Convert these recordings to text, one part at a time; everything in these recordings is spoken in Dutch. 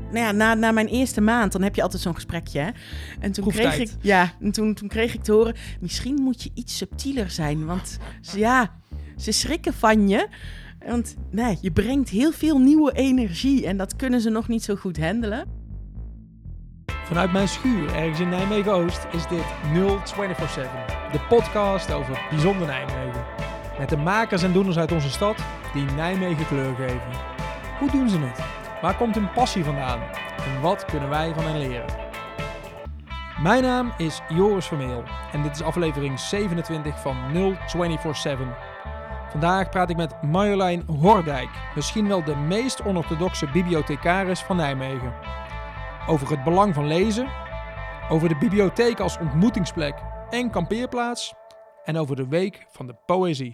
na mijn eerste maand, dan heb je altijd zo'n gesprekje. Hè? En toen toen kreeg ik te horen, misschien moet je iets subtieler zijn. Want ze schrikken van je. Want je brengt heel veel nieuwe energie en dat kunnen ze nog niet zo goed handelen. Vanuit mijn schuur ergens in Nijmegen-Oost is dit 0247, de podcast over bijzonder Nijmegen. Met de makers en doeners uit onze stad die Nijmegen kleur geven. Hoe doen ze het? Waar komt hun passie vandaan? En wat kunnen wij van hen leren? Mijn naam is Joris Vermeel en dit is aflevering 27 van 0247. Vandaag praat ik met Marjolein Hordijk, misschien wel de meest onorthodoxe bibliothecaris van Nijmegen. Over het belang van lezen, over de bibliotheek als ontmoetingsplek en kampeerplaats en over de week van de poëzie.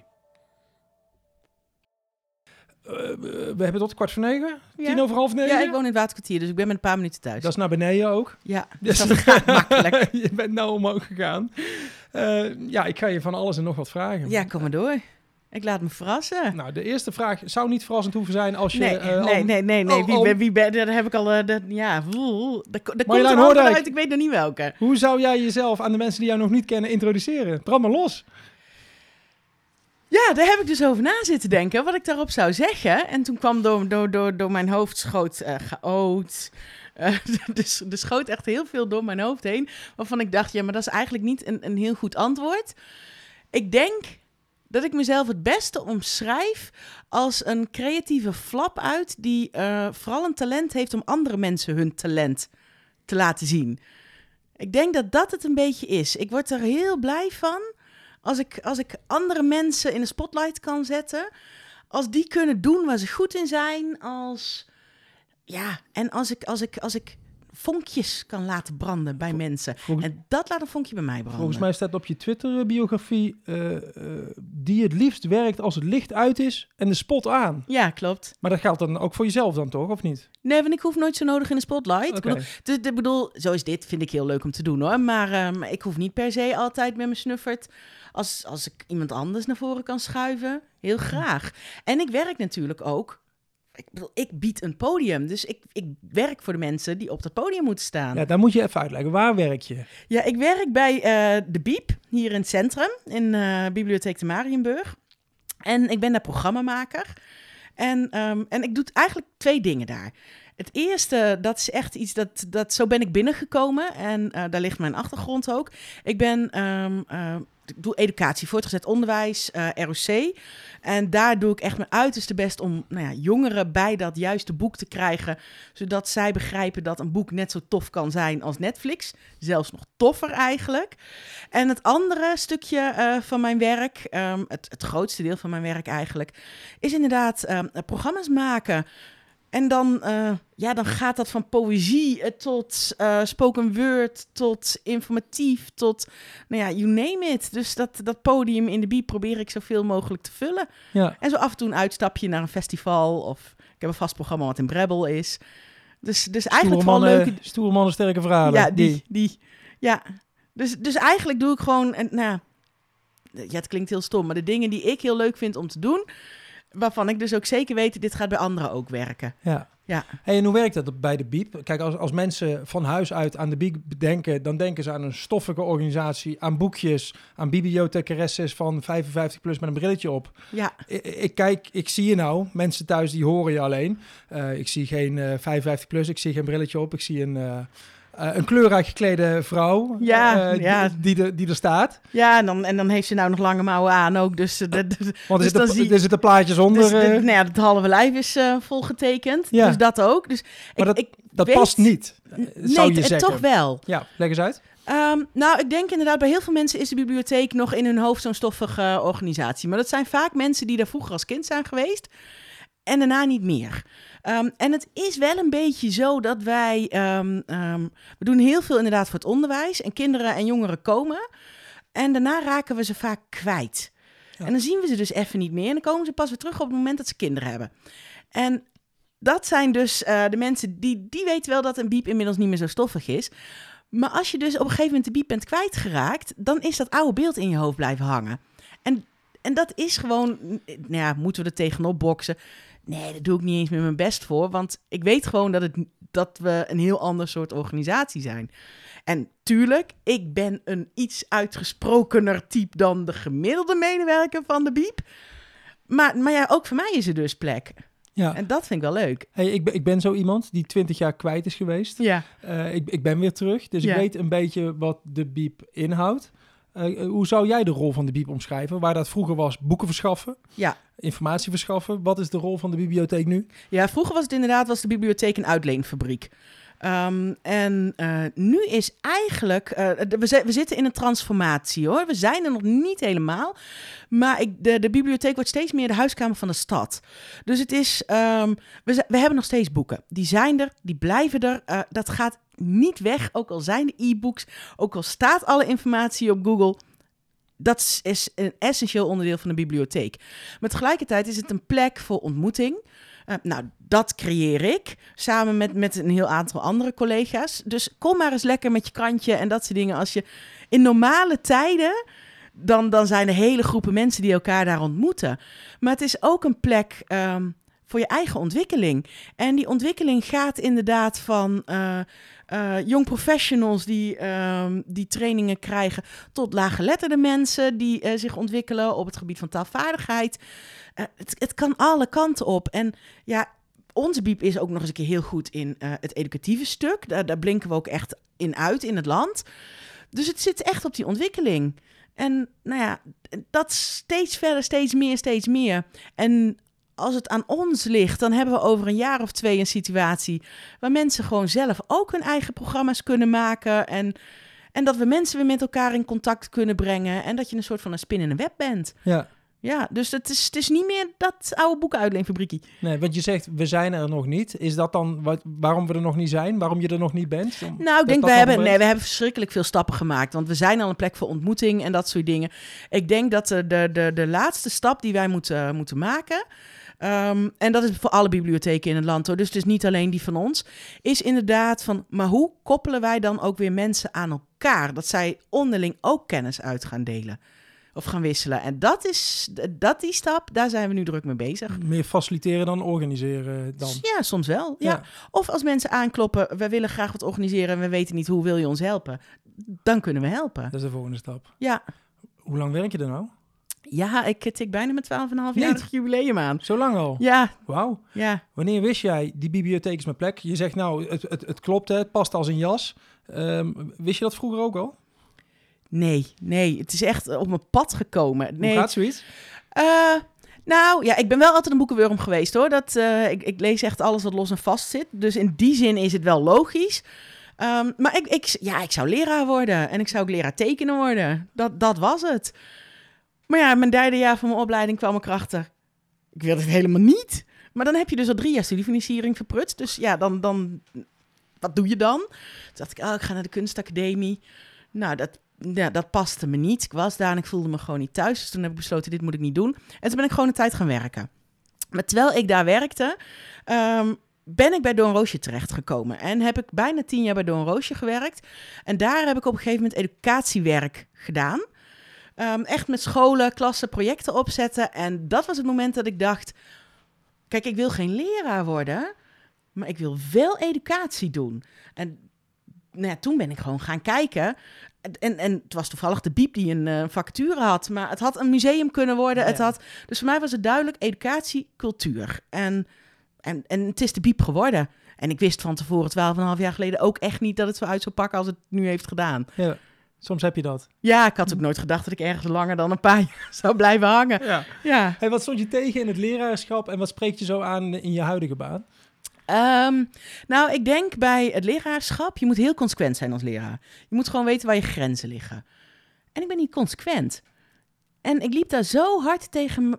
We hebben tot 8:45, 8:50. Ja, ik woon in het Waterkwartier, dus ik ben met een paar minuten thuis. Dat is naar beneden ook. Ja, dus dat gaat makkelijk. Je bent nou omhoog gegaan. Ik ga je van alles en nog wat vragen. Ja, kom maar door. Ik laat me verrassen. Nou, de eerste vraag zou niet verrassend hoeven zijn als je... Nee. Wie ben daar heb ik al... Daar komt Marjolein er Hordijk. uit, ik weet nog niet welke. Hoe zou jij jezelf aan de mensen die jou nog niet kennen introduceren? Brand maar los. Ja, daar heb ik dus over na zitten denken, wat ik daarop zou zeggen. En toen kwam door mijn hoofd schoot chaot. Er schoot echt heel veel door mijn hoofd heen, waarvan ik dacht, maar dat is eigenlijk niet een heel goed antwoord. Ik denk dat ik mezelf het beste omschrijf als een creatieve flap uit die vooral een talent heeft om andere mensen hun talent te laten zien. Ik denk dat dat het een beetje is. Ik word er heel blij van als ik andere mensen in de spotlight kan zetten. Als die kunnen doen waar ze goed in zijn. En als ik vonkjes kan laten branden bij mensen. En dat laat een vonkje bij mij branden. Volgens mij staat op je Twitter-biografie die het liefst werkt als het licht uit is en de spot aan. Ja, klopt. Maar dat geldt dan ook voor jezelf dan toch, of niet? Nee, want ik hoef nooit zo nodig in de spotlight. Okay. Ik bedoel, zo is dit, vind ik heel leuk om te doen hoor. Maar ik hoef niet per se altijd met mijn snuffert. Als ik iemand anders naar voren kan schuiven, heel graag. En ik werk natuurlijk ook. Ik bied een podium, dus ik werk voor de mensen die op dat podium moeten staan. Ja, daar moet je even uitleggen. Waar werk je? Ja, ik werk bij de Biep, hier in het centrum, in Bibliotheek de Mariënburg. En ik ben daar programmamaker. En ik doe eigenlijk 2 dingen daar. Het eerste, dat is echt iets dat zo ben ik binnengekomen. En daar ligt mijn achtergrond ook. Ik doe educatie, voortgezet onderwijs, ROC. En daar doe ik echt mijn uiterste best om jongeren bij dat juiste boek te krijgen. Zodat zij begrijpen dat een boek net zo tof kan zijn als Netflix. Zelfs nog toffer eigenlijk. En het andere stukje van mijn werk, het grootste deel van mijn werk eigenlijk, is inderdaad programma's maken. En dan gaat dat van poëzie tot spoken word, tot informatief, tot, you name it. Dus dat podium in de Biep probeer ik zoveel mogelijk te vullen. Ja. En zo af en toe een uitstapje naar een festival of ik heb een vast programma wat in Brebbel is. Dus eigenlijk vooral leuke... Stoere mannen, sterke verhalen. Ja, die. Ja, dus eigenlijk doe ik gewoon, het klinkt heel stom, maar de dingen die ik heel leuk vind om te doen, waarvan ik dus ook zeker weet, dit gaat bij anderen ook werken. Ja. Hey, en hoe werkt dat bij de Biep? Kijk, als mensen van huis uit aan de Biep denken, dan denken ze aan een stoffige organisatie, aan boekjes, aan bibliothecaresses van 55 plus met een brilletje op. Ja. Ik zie je nou, mensen thuis die horen je alleen. Ik zie geen 55 plus, ik zie geen brilletje op, ik zie een kleurrijk geklede vrouw die er staat. Ja, en dan heeft ze nou nog lange mouwen aan ook. Want er zitten plaatjes onder. Dus het halve lijf is volgetekend. Ja. Dus dat ook. Dus maar dat past niet, zou je zeggen. Toch wel. Ja, leg eens uit. Ik denk inderdaad, bij heel veel mensen is de bibliotheek nog in hun hoofd zo'n stoffige organisatie. Maar dat zijn vaak mensen die daar vroeger als kind zijn geweest en daarna niet meer. En het is wel een beetje zo dat wij... we doen heel veel inderdaad voor het onderwijs. En kinderen en jongeren komen. En daarna raken we ze vaak kwijt. Ja. En dan zien we ze dus even niet meer. En dan komen ze pas weer terug op het moment dat ze kinderen hebben. En dat zijn dus de mensen die weten wel dat een Biep inmiddels niet meer zo stoffig is. Maar als je dus op een gegeven moment de Biep bent kwijtgeraakt, dan is dat oude beeld in je hoofd blijven hangen. En dat is gewoon... moeten we er tegenop boksen? Nee, daar doe ik niet eens met mijn best voor. Want ik weet gewoon dat we een heel ander soort organisatie zijn. En tuurlijk, ik ben een iets uitgesprokener type dan de gemiddelde medewerker van de Biep. Maar ja, ook voor mij is er dus plek. Ja. En dat vind ik wel leuk. Hey, ik ben zo iemand die 20 jaar kwijt is geweest. Ja. Ik ben weer terug, dus ik weet een beetje wat de Biep inhoudt. Hoe zou jij de rol van de Biep omschrijven? Waar dat vroeger was boeken verschaffen, informatie verschaffen. Wat is de rol van de bibliotheek nu? Ja, vroeger was de bibliotheek een uitleenfabriek. Nu is eigenlijk... we zitten in een transformatie, hoor. We zijn er nog niet helemaal. Maar de bibliotheek wordt steeds meer de huiskamer van de stad. Dus het is... we hebben nog steeds boeken. Die zijn er, die blijven er. Dat gaat niet weg, ook al zijn de e-books. Ook al staat alle informatie op Google. Dat is een essentieel onderdeel van de bibliotheek. Maar tegelijkertijd is het een plek voor ontmoeting. Dat creëer ik samen met een heel aantal andere collega's. Dus kom maar eens lekker met je krantje en dat soort dingen. Als je in normale tijden, dan zijn er hele groepen mensen die elkaar daar ontmoeten. Maar het is ook een plek voor je eigen ontwikkeling. En die ontwikkeling gaat inderdaad van young professionals die trainingen krijgen, tot laaggeletterde mensen die zich ontwikkelen op het gebied van taalvaardigheid. Het kan alle kanten op. En ja, onze Biep is ook nog eens een keer heel goed in het educatieve stuk. Daar blinken we ook echt in uit in het land. Dus het zit echt op die ontwikkeling. En nou ja, dat steeds verder, steeds meer. En als het aan ons ligt, dan hebben we over een jaar of 2 een situatie waar mensen gewoon zelf ook hun eigen programma's kunnen maken. En dat we mensen weer met elkaar in contact kunnen brengen. En dat je een soort van een spin in een web bent. Ja, dus het is niet meer dat oude boekenuitleenfabriekie. Nee, want je zegt, we zijn er nog niet. Is dat dan waarom we er nog niet zijn? Waarom je er nog niet bent? Nou, ik denk, we hebben verschrikkelijk veel stappen gemaakt. Want we zijn al een plek voor ontmoeting en dat soort dingen. Ik denk dat de laatste stap die wij moeten maken, en dat is voor alle bibliotheken in het land, hoor. Dus het is niet alleen die van ons, is inderdaad van, maar hoe koppelen wij dan ook weer mensen aan elkaar? Dat zij onderling ook kennis uit gaan delen. Of gaan wisselen. En die stap, daar zijn we nu druk mee bezig. Meer faciliteren dan organiseren dan? Ja, soms wel. Ja. Of als mensen aankloppen, we willen graag wat organiseren en we weten niet hoe, wil je ons helpen? Dan kunnen we helpen. Dat is de volgende stap. Ja. Hoe lang werk je er nou? Ja, ik tik bijna mijn 12,5-jarig jubileum aan. Zo lang al? Ja. Wauw. Ja. Wanneer wist jij, die bibliotheek is mijn plek? Je zegt nou, het klopt, hè, het past als een jas. Wist je dat vroeger ook al? Nee. Het is echt op mijn pad gekomen. Hoe gaat zoiets? Nou, ja, ik ben wel altijd een boekenwurm geweest, hoor. Ik lees echt alles wat los en vast zit. Dus in die zin is het wel logisch. Maar ik zou leraar worden. En ik zou ook leraar tekenen worden. Dat was het. Maar ja, mijn 3e jaar van mijn opleiding kwam ik erachter. Ik wilde het helemaal niet. Maar dan heb je dus al 3 jaar studiefinanciering verprutst. Dus ja, dan wat doe je dan? Toen dacht ik, ik ga naar de kunstacademie. Nou, dat paste me niet. Ik was daar en ik voelde me gewoon niet thuis. Dus toen heb ik besloten, dit moet ik niet doen. En toen ben ik gewoon een tijd gaan werken. Maar terwijl ik daar werkte, ben ik bij Doornroosje terechtgekomen. En heb ik bijna 10 jaar bij Doornroosje gewerkt. En daar heb ik op een gegeven moment educatiewerk gedaan. Echt met scholen, klassen, projecten opzetten. En dat was het moment dat ik dacht, kijk, ik wil geen leraar worden, maar ik wil wel educatie doen. En toen ben ik gewoon gaan kijken. En het was toevallig de Biep die een vacature had. Maar het had een museum kunnen worden. Ja. Dus voor mij was het duidelijk educatie, cultuur. En het is de Biep geworden. En ik wist van tevoren, 12,5 jaar geleden, ook echt niet dat het zo uit zou pakken als het nu heeft gedaan. Ja, soms heb je dat. Ja, ik had ook nooit gedacht dat ik ergens langer dan een paar jaar zou blijven hangen. Ja. Hey, wat stond je tegen in het leraarschap en wat spreekt je zo aan in je huidige baan? Nou, ik denk bij het leraarschap, je moet heel consequent zijn als leraar. Je moet gewoon weten waar je grenzen liggen. En ik ben niet consequent. En ik liep daar zo hard tegen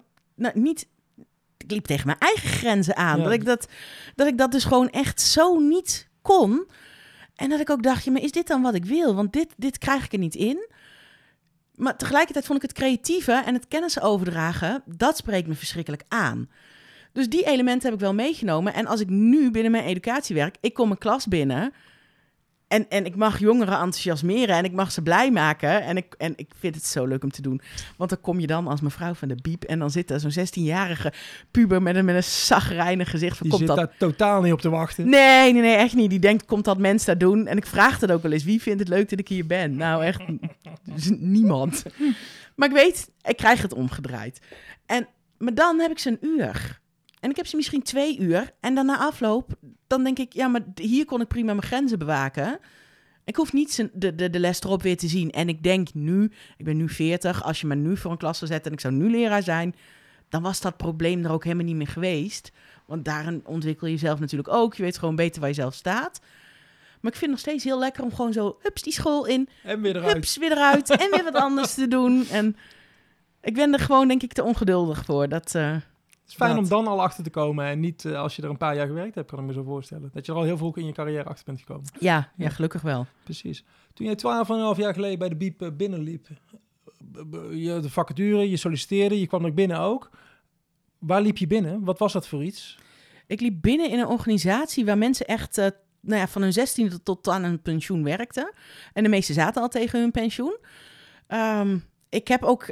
ik liep tegen mijn eigen grenzen aan. Ja. Dat ik dat dus gewoon echt zo niet kon. En dat ik ook dacht, maar is dit dan wat ik wil? Want dit krijg ik er niet in. Maar tegelijkertijd vond ik het creatieve en het kennis overdragen, dat spreekt me verschrikkelijk aan. Dus die elementen heb ik wel meegenomen. En als ik nu binnen mijn educatie werk, ik kom een klas binnen En ik mag jongeren enthousiasmeren en ik mag ze blij maken. En ik vind het zo leuk om te doen. Want dan kom je dan als mevrouw van de Biep en dan zit er zo'n 16-jarige puber met een chagrijnig gezicht. Die zit daar totaal niet op te wachten. Nee, echt niet. Die denkt, komt dat mens daar doen? En ik vraag het ook wel eens, wie vindt het leuk dat ik hier ben? Nou, echt niemand. Maar ik weet, ik krijg het omgedraaid. Maar dan heb ik ze 1 uur. En ik heb ze misschien 2 uur. En dan na afloop, dan denk ik, ja, maar hier kon ik prima mijn grenzen bewaken. Ik hoef niet de les erop weer te zien. En ik denk nu, ik ben nu 40, als je me nu voor een klas zou zetten en ik zou nu leraar zijn, dan was dat probleem er ook helemaal niet meer geweest. Want daarin ontwikkel je jezelf natuurlijk ook. Je weet gewoon beter waar je zelf staat. Maar ik vind het nog steeds heel lekker om gewoon zo, hups, die school in. En weer eruit. Hups, weer eruit. En weer wat anders te doen. En ik ben er gewoon, denk ik, te ongeduldig voor. Het is fijn om dan al achter te komen en niet als je er een paar jaar gewerkt hebt, kan ik me zo voorstellen. Dat je er al heel vroeg in je carrière achter bent gekomen. Ja, gelukkig wel. Precies. Toen jij 12,5 jaar geleden bij de Biep binnenliep, de vacature, je solliciteerde, je kwam er binnen ook. Waar liep je binnen? Wat was dat voor iets? Ik liep binnen in een organisatie waar mensen echt van hun 16e tot aan hun pensioen werkten. En de meesten zaten al tegen hun pensioen. Ik heb ook...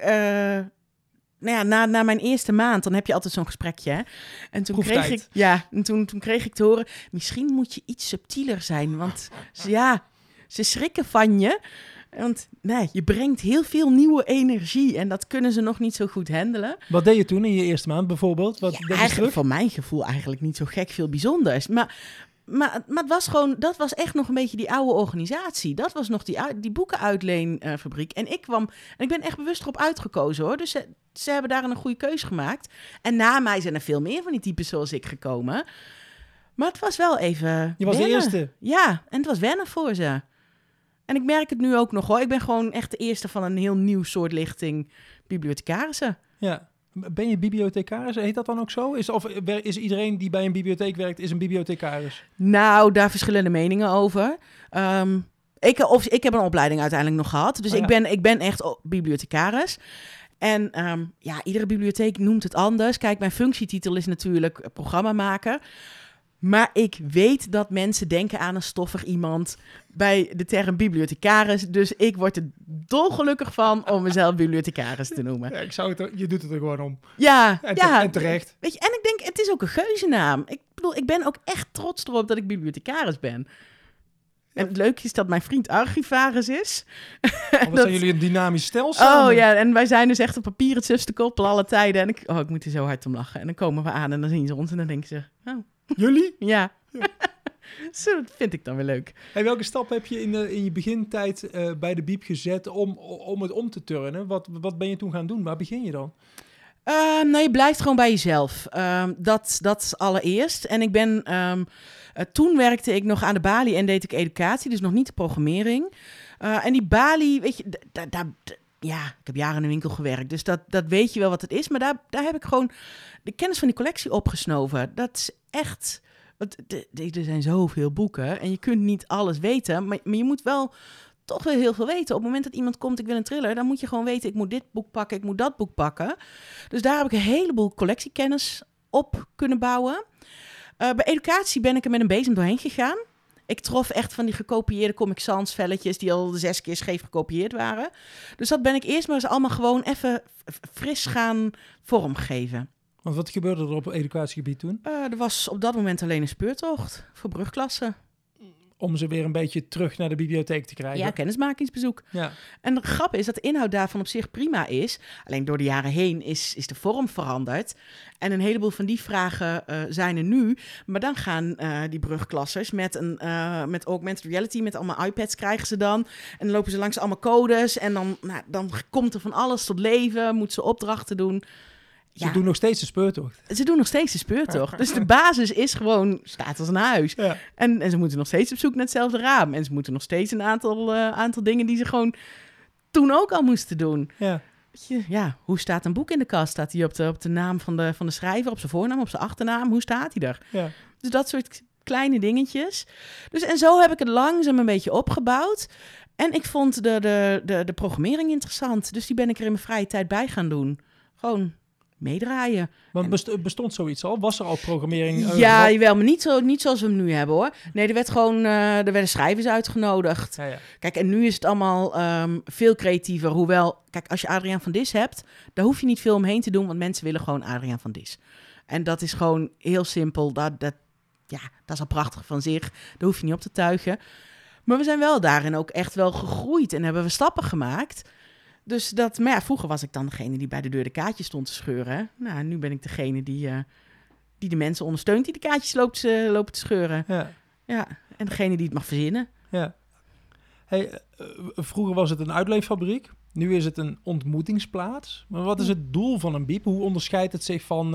na mijn eerste maand, dan heb je altijd zo'n gesprekje. Hè? En toen kreeg ik, toen kreeg ik te horen, misschien moet je iets subtieler zijn. Want ze schrikken van je. Want je brengt heel veel nieuwe energie. En dat kunnen ze nog niet zo goed handelen. Wat deed je toen in je eerste maand bijvoorbeeld? Eigenlijk voor mijn gevoel eigenlijk niet zo gek veel bijzonders. Maar het was gewoon, dat was echt nog een beetje die oude organisatie. Dat was nog die boekenuitleenfabriek. En ik ben echt bewust erop uitgekozen hoor. Dus ze hebben daar een goede keuze gemaakt. En na mij zijn er veel meer van die types zoals ik gekomen. Maar het was wel even Je was wennen. de eerste. Ja, en het was wennen voor ze. En ik merk het nu ook nog hoor. Ik ben gewoon echt de eerste van een heel nieuw soort lichting bibliothecarissen. Ja. Ben je bibliothecaris? Heet dat dan ook zo? Of is iedereen die bij een bibliotheek werkt, is een bibliothecaris? Nou, daar verschillende meningen over. Ik heb een opleiding uiteindelijk nog gehad. Dus ik ben echt bibliothecaris. En iedere bibliotheek noemt het anders. Kijk, mijn functietitel is natuurlijk programmamaker. Maar ik weet dat mensen denken aan een stoffig iemand bij de term bibliothecaris. Dus ik word er dolgelukkig van om mezelf bibliothecaris te noemen. Ja, je doet het er gewoon om. Ja, en terecht. Weet je, en ik denk, het is ook een geuzennaam. Ik bedoel, ik ben ook echt trots erop dat ik bibliothecaris ben. En het leuke is dat mijn vriend archivaris is. Zijn jullie een dynamisch stel samen? Oh ja, en wij zijn dus echt op papier het sufste koppel alle tijden. En ik moet er zo hard om lachen. En dan komen we aan en dan zien ze ons en dan denken ze... Oh. Jullie? Ja. Zo, dat vind ik dan weer leuk. Hey, welke stap heb je in je begintijd bij de Biep gezet om het om te turnen? Wat ben je toen gaan doen? Waar begin je dan? Je blijft gewoon bij jezelf. Dat allereerst. En ik ben... toen werkte ik nog aan de balie en deed ik educatie. Dus nog niet de programmering. En die balie, weet je... ik heb jaren in een winkel gewerkt. Dus dat weet je wel wat het is. Maar daar heb ik gewoon de kennis van die collectie opgesnoven. Dat is echt... Er zijn zoveel boeken en je kunt niet alles weten. Maar je moet wel toch wel heel veel weten. Op het moment dat iemand komt, ik wil een thriller... dan moet je gewoon weten, ik moet dit boek pakken, ik moet dat boek pakken. Dus daar heb ik een heleboel collectiekennis op kunnen bouwen. Bij educatie ben ik er met een bezem doorheen gegaan. Ik trof echt van die gekopieerde Comic Sans velletjes... die al 6 keer scheef gekopieerd waren. Dus dat ben ik eerst maar eens allemaal gewoon even fris gaan vormgeven. Want wat gebeurde er op educatiegebied toen? Er was op dat moment alleen een speurtocht voor brugklassen. Om ze weer een beetje terug naar de bibliotheek te krijgen. Ja, kennismakingsbezoek. Ja. En de grap is dat de inhoud daarvan op zich prima is. Alleen door de jaren heen is de vorm veranderd. En een heleboel van die vragen zijn er nu. Maar dan gaan die brugklassers met augmented reality, met allemaal iPads krijgen ze dan. En dan lopen ze langs allemaal codes. En dan komt er van alles tot leven. Moeten ze opdrachten doen. Ze doen nog steeds de speurtocht. Ze doen nog steeds de speurtocht. Dus de basis is gewoon, staat als een huis. Ja. En ze moeten nog steeds op zoek naar hetzelfde raam. En ze moeten nog steeds een aantal dingen die ze gewoon toen ook al moesten doen. Ja. Ja, hoe staat een boek in de kast? Staat hij op de naam van de schrijver, op zijn voornaam, op zijn achternaam? Hoe staat hij er? Ja. Dus dat soort kleine dingetjes. Dus en zo heb ik het langzaam een beetje opgebouwd. En ik vond de programmering interessant. Dus die ben ik er in mijn vrije tijd bij gaan doen. Gewoon... meedraaien. Want bestond zoiets al? Was er al programmering? Ja, jawel, maar niet zoals we hem nu hebben, hoor. Nee, er werden schrijvers uitgenodigd. Ja. Kijk, en nu is het allemaal veel creatiever. Hoewel, kijk, als je Adriaan van Dis hebt, daar hoef je niet veel omheen te doen, want mensen willen gewoon Adriaan van Dis. En dat is gewoon heel simpel. Dat is al prachtig van zich. Daar hoef je niet op te tuigen. Maar we zijn wel daarin ook echt wel gegroeid en hebben we stappen gemaakt. Dus maar ja, vroeger was ik dan degene die bij de deur de kaartjes stond te scheuren. Nou, nu ben ik degene die de mensen ondersteunt die de kaartjes lopen te scheuren. Ja, en degene die het mag verzinnen. Ja. Hey, vroeger was het een uitleeffabriek. Nu is het een ontmoetingsplaats. Maar wat is het doel van een biep? Hoe onderscheidt het zich van,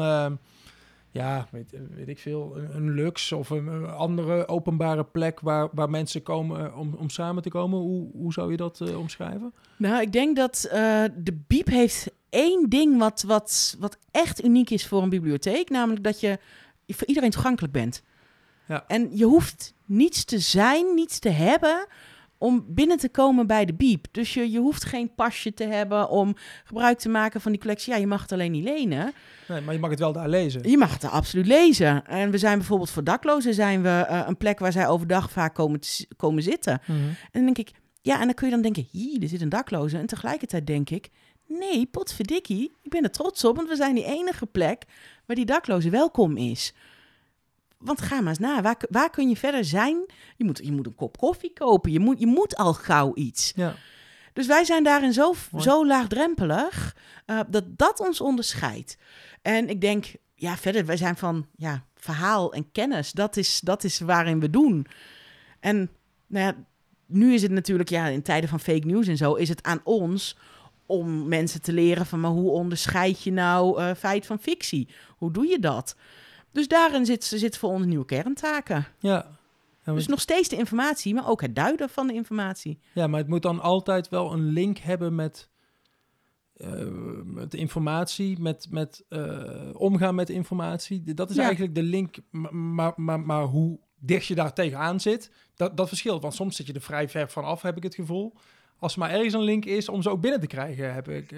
weet ik veel, een Lux of een andere openbare plek waar mensen komen om samen te komen? Hoe zou je dat omschrijven? Nou, ik denk dat de biep heeft één ding wat echt uniek is voor een bibliotheek. Namelijk dat je voor iedereen toegankelijk bent. Ja. En je hoeft niets te zijn, niets te hebben om binnen te komen bij de biep. Dus je hoeft geen pasje te hebben om gebruik te maken van die collectie. Ja, je mag het alleen niet lenen. Nee, maar je mag het wel daar lezen. Je mag het daar absoluut lezen. En we zijn bijvoorbeeld voor daklozen een plek waar zij overdag vaak komen zitten. Mm-hmm. En dan denk ik, ja, en dan kun je dan denken, er zit een dakloze. En tegelijkertijd denk ik, nee, potverdikkie, ik ben er trots op, want we zijn die enige plek waar die dakloze welkom is. Want ga maar eens na, waar kun je verder zijn? Je moet een kop koffie kopen, je moet al gauw iets. Ja. Dus wij zijn daarin zo laagdrempelig dat ons onderscheidt. En ik denk, ja, verder, wij zijn van verhaal en kennis. Dat is waarin we doen. En nou ja, nu is het natuurlijk, in tijden van fake news en zo, is het aan ons om mensen te leren van, maar hoe onderscheid je nou feit van fictie? Hoe doe je dat? Dus daarin zit voor ons nieuwe kerntaken. Ja. Dus nog steeds de informatie, maar ook het duiden van de informatie. Ja, maar het moet dan altijd wel een link hebben met de informatie, met omgaan met informatie. Dat is eigenlijk de link, maar hoe dicht je daar tegenaan zit, dat verschilt. Want soms zit je er vrij ver van af, heb ik het gevoel. Als er maar ergens een link is om ze ook binnen te krijgen, heb ik...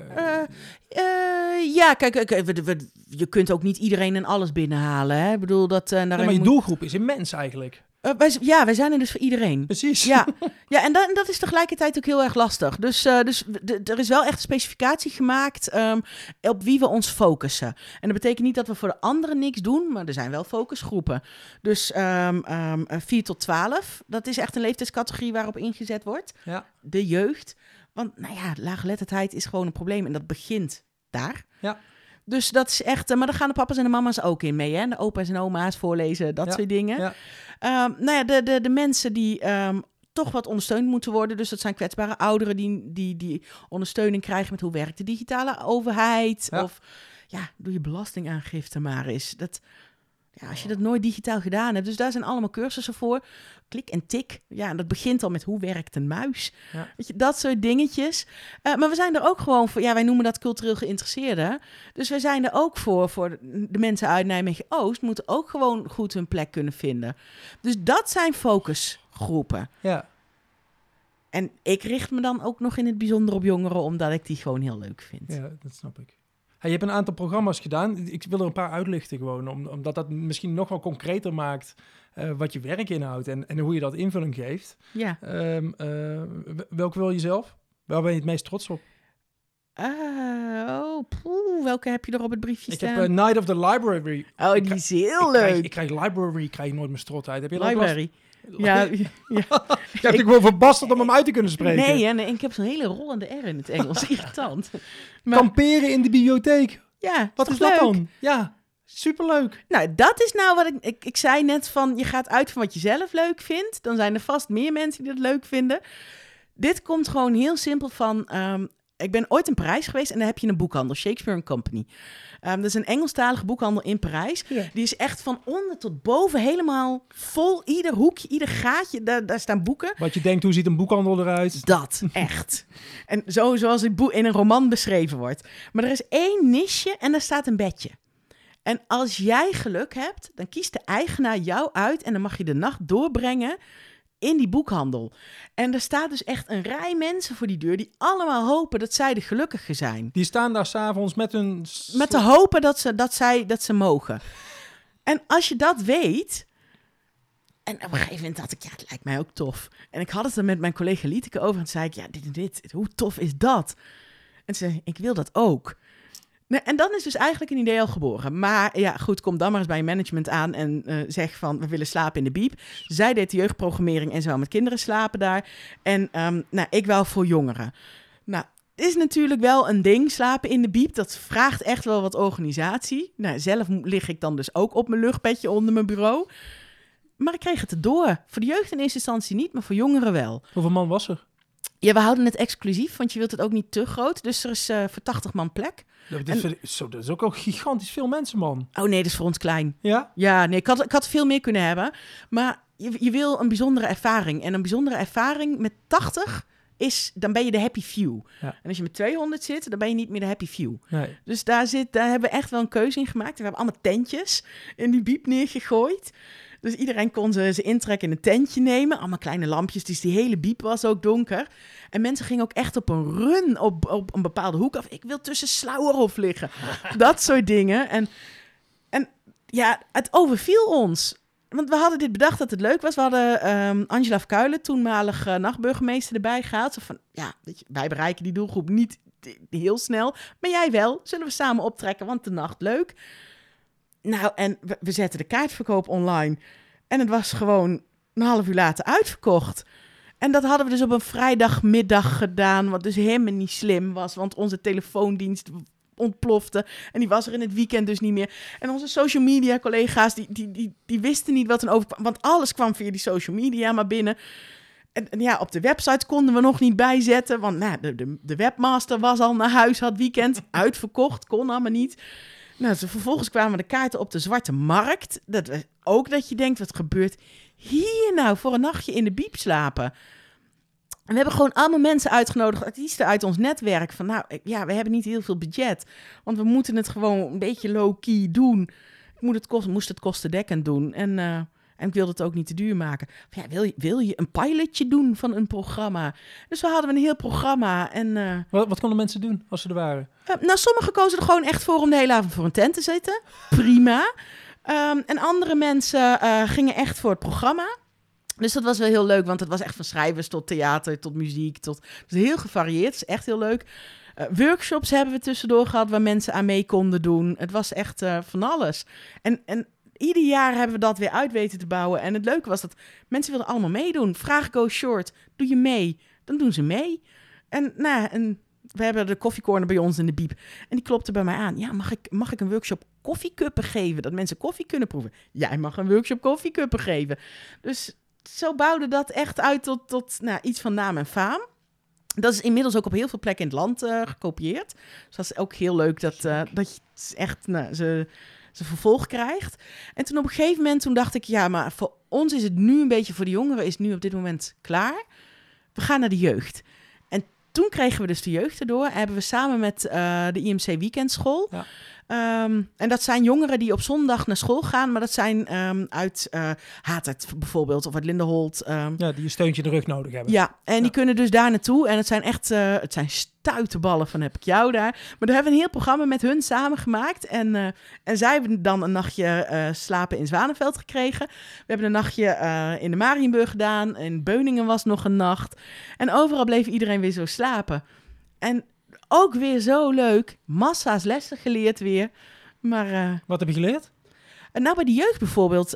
Ja, kijk, je kunt ook niet iedereen en alles binnenhalen. Hè? Ik bedoel, maar je doelgroep is immens eigenlijk. Wij zijn er dus voor iedereen. Precies. Ja, en dat is tegelijkertijd ook heel erg lastig. Dus er is wel echt een specificatie gemaakt op wie we ons focussen. En dat betekent niet dat we voor de anderen niks doen, maar er zijn wel focusgroepen. Dus 4 tot 12, dat is echt een leeftijdscategorie waarop ingezet wordt. Ja. De jeugd. Want laaggeletterdheid is gewoon een probleem en dat begint daar. Ja. Dus dat is echt... maar daar gaan de papa's en de mama's ook in mee, hè? De opa's en oma's voorlezen, dat soort dingen. Ja. De mensen die toch wat ondersteund moeten worden. Dus dat zijn kwetsbare ouderen die ondersteuning krijgen met hoe werkt de digitale overheid. Ja. Of doe je belastingaangifte maar eens. Als je dat nooit digitaal gedaan hebt. Dus daar zijn allemaal cursussen voor. Klik en tik. Ja, en dat begint al met hoe werkt een muis. Ja. Weet je, dat soort dingetjes. Maar we zijn er ook gewoon voor... Ja, wij noemen dat cultureel geïnteresseerden. Dus wij zijn er ook voor de mensen uit Nijmegen-Oost... moeten ook gewoon goed hun plek kunnen vinden. Dus dat zijn focusgroepen. Ja. En ik richt me dan ook nog in het bijzonder op jongeren... omdat ik die gewoon heel leuk vind. Ja, dat snap ik. Je hebt een aantal programma's gedaan. Ik wil er een paar uitlichten gewoon, omdat dat misschien nog wel concreter maakt wat je werk inhoudt en hoe je dat invulling geeft. Ja. Welke wil je zelf? Waar ben je het meest trots op? Welke heb je er op het briefje staan? Ik heb Night of the Library. Oh, die is heel leuk. Ik krijg nooit mijn strot uit. Heb je Library? Ja. Je hebt gewoon verbasterd om hem uit te kunnen spreken. Nee, ik heb zo'n hele rollende R in het Engels. Irritant. Maar... Kamperen in de bibliotheek. Ja, wat is dat dan? Ja, superleuk. Nou, dat is nou wat ik zei net van... je gaat uit van wat je zelf leuk vindt. Dan zijn er vast meer mensen die dat leuk vinden. Dit komt gewoon heel simpel van... ik ben ooit in Parijs geweest en daar heb je een boekhandel, Shakespeare & Company. Dat is een Engelstalige boekhandel in Parijs. Ja. Die is echt van onder tot boven helemaal vol. Ieder hoekje, ieder gaatje, daar staan boeken. Wat je denkt, hoe ziet een boekhandel eruit? Dat, echt. En zoals het in een roman beschreven wordt. Maar er is één niche en daar staat een bedje. En als jij geluk hebt, dan kiest de eigenaar jou uit... en dan mag je de nacht doorbrengen in die boekhandel. En er staat dus echt een rij mensen voor die deur die allemaal hopen dat zij de gelukkige zijn. Die staan daar 's avonds met hun... Met de hopen dat ze mogen. En als je dat weet... En op een gegeven moment dacht ik, ja, het lijkt mij ook tof. En ik had het er met mijn collega Lieteke over. En toen zei ik, ja, dit, hoe tof is dat? En ze zei, ik wil dat ook. Nee, en dan is dus eigenlijk een idee al geboren. Maar ja, goed, kom dan maar eens bij je management aan en zeg van, we willen slapen in de Biep. Zij deed de jeugdprogrammering en ze wou met kinderen slapen daar. En ik wou voor jongeren. Nou, het is natuurlijk wel een ding, slapen in de Biep. Dat vraagt echt wel wat organisatie. Nou, zelf lig ik dan dus ook op mijn luchtbedje onder mijn bureau. Maar ik kreeg het erdoor. Voor de jeugd in eerste instantie niet, maar voor jongeren wel. Hoeveel man was er? Ja, we houden het exclusief, want je wilt het ook niet te groot. Dus er is voor 80 man plek. Dat is ook al gigantisch veel mensen, man. Oh nee, dat is voor ons klein. Ja? Ja, nee, ik had veel meer kunnen hebben. Maar je wil een bijzondere ervaring. En een bijzondere ervaring met 80 dan ben je de happy few. Ja. En als je met 200 zit, dan ben je niet meer de happy few. Nee. Dus daar hebben we echt wel een keuze in gemaakt. We hebben allemaal tentjes in die Biep neergegooid. Dus iedereen kon ze intrek in een tentje nemen. Allemaal kleine lampjes, dus die hele Biep was ook donker. En mensen gingen ook echt op een run op een bepaalde hoek af. Ik wil tussen Slauwerhof liggen. Dat soort dingen. En ja, het overviel ons. Want we hadden dit bedacht dat het leuk was. We hadden Angela Verkuilen, toenmalig nachtburgemeester, erbij gehaald. Zo van, ja, weet je, wij bereiken die doelgroep niet heel snel. Maar jij wel. Zullen we samen optrekken, want de nacht leuk. Nou, en we zetten de kaartverkoop online. En het was gewoon een half uur later uitverkocht. En dat hadden we dus op een vrijdagmiddag gedaan. Wat dus helemaal niet slim was. Want onze telefoondienst ontplofte. En die was er in het weekend dus niet meer. En onze social media collega's, die wisten niet wat er overkwam. Want alles kwam via die social media maar binnen. En ja, op de website konden we nog niet bijzetten. Want de webmaster was al naar huis, had weekend. Uitverkocht, kon allemaal niet. Nou, vervolgens kwamen de kaarten op de zwarte markt. Dat je denkt, wat gebeurt hier nou voor een nachtje in de Biep slapen? En we hebben gewoon allemaal mensen uitgenodigd, artiesten uit ons netwerk. Van we hebben niet heel veel budget. Want we moeten het gewoon een beetje low-key doen. Moest het kostendekkend doen. En ik wilde het ook niet te duur maken. Ja, wil je een pilotje doen van een programma? Dus we hadden een heel programma. En, wat konden mensen doen als ze er waren? Sommigen kozen er gewoon echt voor om de hele avond voor een tent te zitten. Prima. En andere mensen gingen echt voor het programma. Dus dat was wel heel leuk, want het was echt van schrijvers tot theater, tot muziek. Dus heel gevarieerd, het is echt heel leuk. Workshops hebben we tussendoor gehad waar mensen aan mee konden doen. Het was echt van alles. En ieder jaar hebben we dat weer uit weten te bouwen. En het leuke was dat mensen wilden allemaal meedoen. Vraag Go Short, doe je mee? Dan doen ze mee. En we hebben de koffiecorner bij ons in de Biep. En die klopte bij mij aan. Ja, mag ik een workshop koffiekuppen geven? Dat mensen koffie kunnen proeven. Jij mag een workshop koffiekuppen geven. Dus zo bouwde dat echt uit tot iets van naam en faam. Dat is inmiddels ook op heel veel plekken in het land gekopieerd. Dus dat is ook heel leuk dat je echt ze vervolg krijgt. En toen op een gegeven moment dacht ik, ja, maar voor ons is het nu een beetje, voor de jongeren is het nu op dit moment klaar. We gaan naar de jeugd. En toen kregen we dus de jeugd erdoor. Hebben we samen met de IMC Weekendschool. Ja. En dat zijn jongeren die op zondag naar school gaan, maar dat zijn uit Hatert bijvoorbeeld, of uit Lindenholt. Die een steuntje in de rug nodig hebben. Ja, en die kunnen dus daar naartoe. En het zijn echt, het zijn stuitenballen van heb ik jou daar. Maar daar hebben we een heel programma met hun samen gemaakt. En zij hebben dan een nachtje slapen in Zwanenveld gekregen. We hebben een nachtje in de Mariënburg gedaan. In Beuningen was nog een nacht. En overal bleef iedereen weer zo slapen. En ook weer zo leuk. Massa's lessen geleerd weer. Maar, wat heb je geleerd? Nou, bij de jeugd bijvoorbeeld.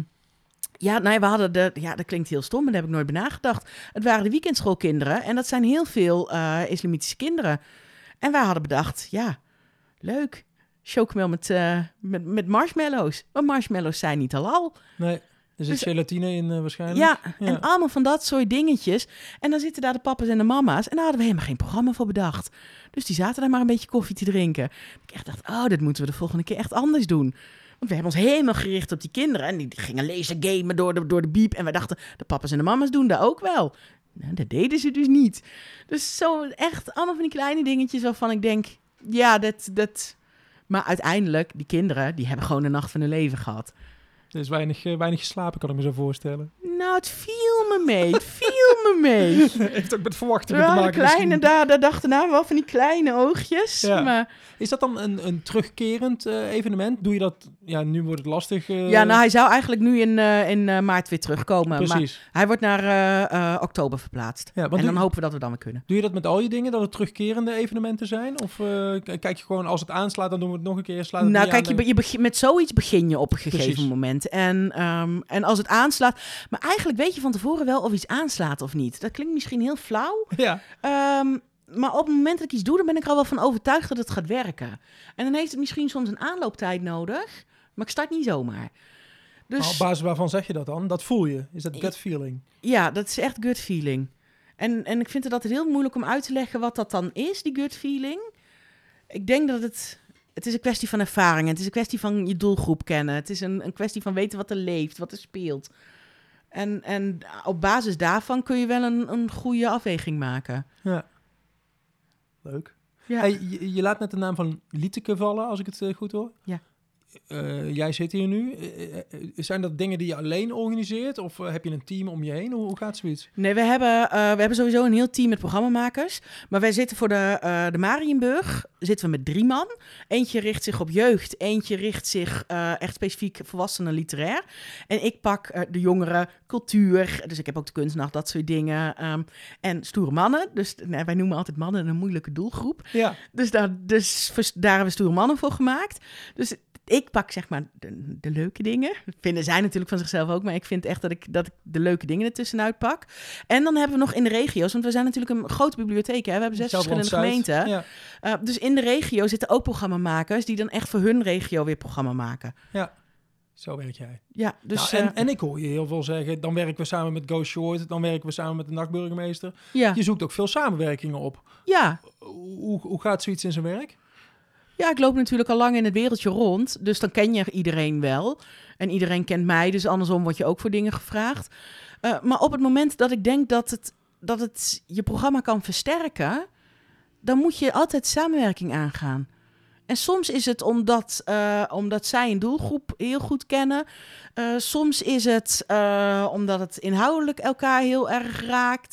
We hadden dat klinkt heel stom, maar daar heb ik nooit bij nagedacht. Het waren de weekendschoolkinderen. En dat zijn heel veel islamitische kinderen. En wij hadden bedacht, ja, leuk. Chocomel met marshmallows. Maar marshmallows zijn niet halal. Nee. Er zit gelatine in waarschijnlijk. Ja, en allemaal van dat soort dingetjes. En dan zitten daar de papa's en de mama's. En daar hadden we helemaal geen programma voor bedacht. Dus die zaten daar maar een beetje koffie te drinken. Ik echt dacht, dit moeten we de volgende keer echt anders doen. Want we hebben ons helemaal gericht op die kinderen. En die gingen lezen, gamen door de Biep. En wij dachten, de papa's en de mama's doen dat ook wel. Nou, dat deden ze dus niet. Dus zo echt allemaal van die kleine dingetjes waarvan ik denk, ja, dat... Maar uiteindelijk, die kinderen, die hebben gewoon de nacht van hun leven gehad. Er is weinig geslapen, kan ik me zo voorstellen. Nou, het viel me mee. Heeft ook met verwachtingen te Ja, maken. de kleine, daar dachten nou wel van die kleine oogjes. Ja. Maar Is dat dan een terugkerend evenement? Doe je dat... Ja, nu wordt het lastig. ja, nou, hij zou eigenlijk nu in maart weer terugkomen. Precies. Maar hij wordt naar oktober verplaatst. Ja, want En dan hopen we dat we dan weer kunnen. Doe je dat met al je dingen, dat het terugkerende evenementen zijn? Of kijk je gewoon, als het aanslaat, dan doen we het nog een keer? Slaat het Nou, niet kijk, aan, met zoiets begin je op een gegeven Precies. moment. En als het aanslaat... Maar eigenlijk weet je van tevoren wel of iets aanslaat of niet. Dat klinkt misschien heel flauw. Ja, Maar op het moment dat ik iets doe, dan ben ik er al wel van overtuigd dat het gaat werken. En dan heeft het misschien soms een aanlooptijd nodig. Maar ik start niet zomaar. Dus maar op basis waarvan zeg je dat dan? Dat voel je? Is dat gut feeling? ja, dat is echt gut feeling. En ik vind het altijd heel moeilijk om uit te leggen wat dat dan is, die gut feeling. Ik denk dat het is een kwestie van ervaring. Het is een kwestie van je doelgroep kennen. Het is een kwestie van weten wat er leeft, wat er speelt. En op basis daarvan kun je wel een goede afweging maken. Ja. Leuk. Ja. Hey, je laat net de naam van Lieteke vallen, als ik het goed hoor. Ja. Jij zit hier nu. Zijn dat dingen die je alleen organiseert? Of heb je een team om je heen? Hoe gaat zoiets? Nee, we hebben sowieso een heel team met programmamakers. Maar wij zitten voor de Marienburg zitten we met 3 man. Eentje richt zich op jeugd. Eentje richt zich echt specifiek volwassenen literair. En ik pak de jongeren, cultuur. Dus ik heb ook de kunstnacht, dat soort dingen. En stoere mannen. Dus wij noemen altijd mannen een moeilijke doelgroep. Ja. Dus daar hebben we stoere mannen voor gemaakt. Dus ik pak zeg maar de leuke dingen. Dat vinden zij natuurlijk van zichzelf ook. Maar ik vind echt dat ik de leuke dingen ertussenuit pak. En dan hebben we nog in de regio's. Want we zijn natuurlijk een grote bibliotheek. Hè? We hebben 6 verschillende gemeenten. Ja. Dus in de regio zitten ook programmamakers die dan echt voor hun regio weer programma maken. Ja. Zo werk jij. Ja, dus... Nou, en ik hoor je heel veel zeggen, dan werken we samen met Go Short, dan werken we samen met de nachtburgemeester. ja. Je zoekt ook veel samenwerkingen op. Ja. Hoe gaat zoiets in zijn werk? Ja, ik loop natuurlijk al lang in het wereldje rond. Dus dan ken je iedereen wel. En iedereen kent mij. Dus andersom word je ook voor dingen gevraagd. Maar op het moment dat ik denk dat het je programma kan versterken, dan moet je altijd samenwerking aangaan. En soms is het omdat zij een doelgroep heel goed kennen. Soms is het omdat het inhoudelijk elkaar heel erg raakt.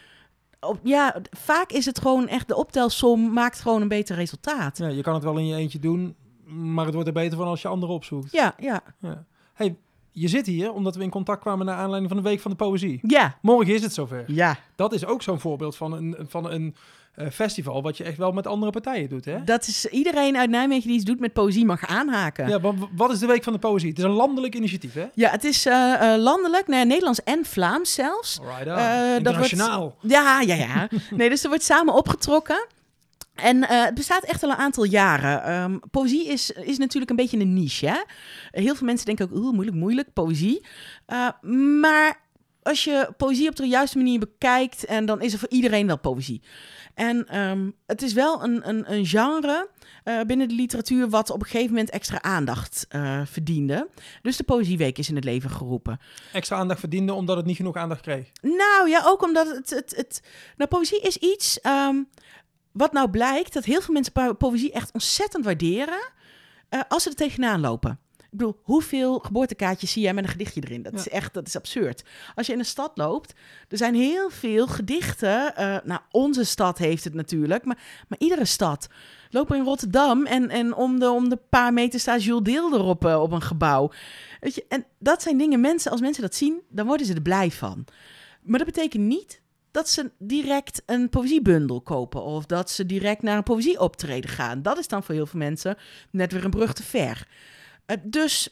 Vaak is het gewoon echt de optelsom maakt gewoon een beter resultaat. Ja, je kan het wel in je eentje doen, maar het wordt er beter van als je anderen opzoekt. Ja. Hey, je zit hier omdat we in contact kwamen naar aanleiding van de Week van de Poëzie. Ja. Morgen is het zover. Ja. Dat is ook zo'n voorbeeld van een festival wat je echt wel met andere partijen doet, hè? Dat is iedereen uit Nijmegen die iets doet met poëzie mag aanhaken. Ja, wat is de Week van de Poëzie? Het is een landelijk initiatief, hè? Ja, het is landelijk, Nederlands en Vlaams zelfs. Alright, internationaal. Ja. Nee, dus er wordt samen opgetrokken. En het bestaat echt al een aantal jaren. Poëzie is natuurlijk een beetje een niche, hè? Heel veel mensen denken ook, moeilijk, poëzie. Maar als je poëzie op de juiste manier bekijkt, en dan is er voor iedereen wel poëzie. En het is wel een genre binnen de literatuur wat op een gegeven moment extra aandacht verdiende. Dus de Poëzieweek is in het leven geroepen. Extra aandacht verdiende omdat het niet genoeg aandacht kreeg. Nou ja, ook omdat Nou, poëzie is iets wat nou blijkt dat heel veel mensen poëzie echt ontzettend waarderen als ze er tegenaan lopen. Ik bedoel, hoeveel geboortekaartjes zie jij met een gedichtje erin? Dat is absurd. Als je in een stad loopt, er zijn heel veel gedichten. Onze stad heeft het natuurlijk, maar iedere stad. Lopen in Rotterdam en om de paar meter staat Jules Deelder op een gebouw. Weet je, en dat zijn dingen, als mensen dat zien, dan worden ze er blij van. Maar dat betekent niet dat ze direct een poëziebundel kopen of dat ze direct naar een poëzieoptreden gaan. Dat is dan voor heel veel mensen net weer een brug te ver. Dus,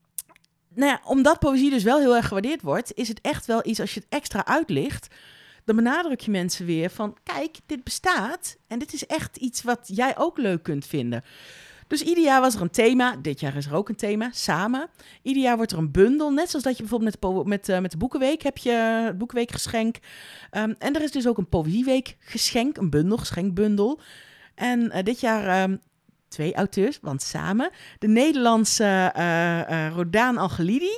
omdat poëzie dus wel heel erg gewaardeerd wordt, is het echt wel iets, als je het extra uitlicht, dan benadruk je mensen weer van, kijk, dit bestaat en dit is echt iets wat jij ook leuk kunt vinden. Dus ieder jaar was er een thema, dit jaar is er ook een thema, samen. Ieder jaar wordt er een bundel, net zoals dat je bijvoorbeeld met de Boekenweek heb je het Boekenweekgeschenk. En er is dus ook een Poëzieweekgeschenk, een bundel, geschenkbundel. En dit jaar 2 auteurs, want samen. De Nederlandse Rodaan Algelidi.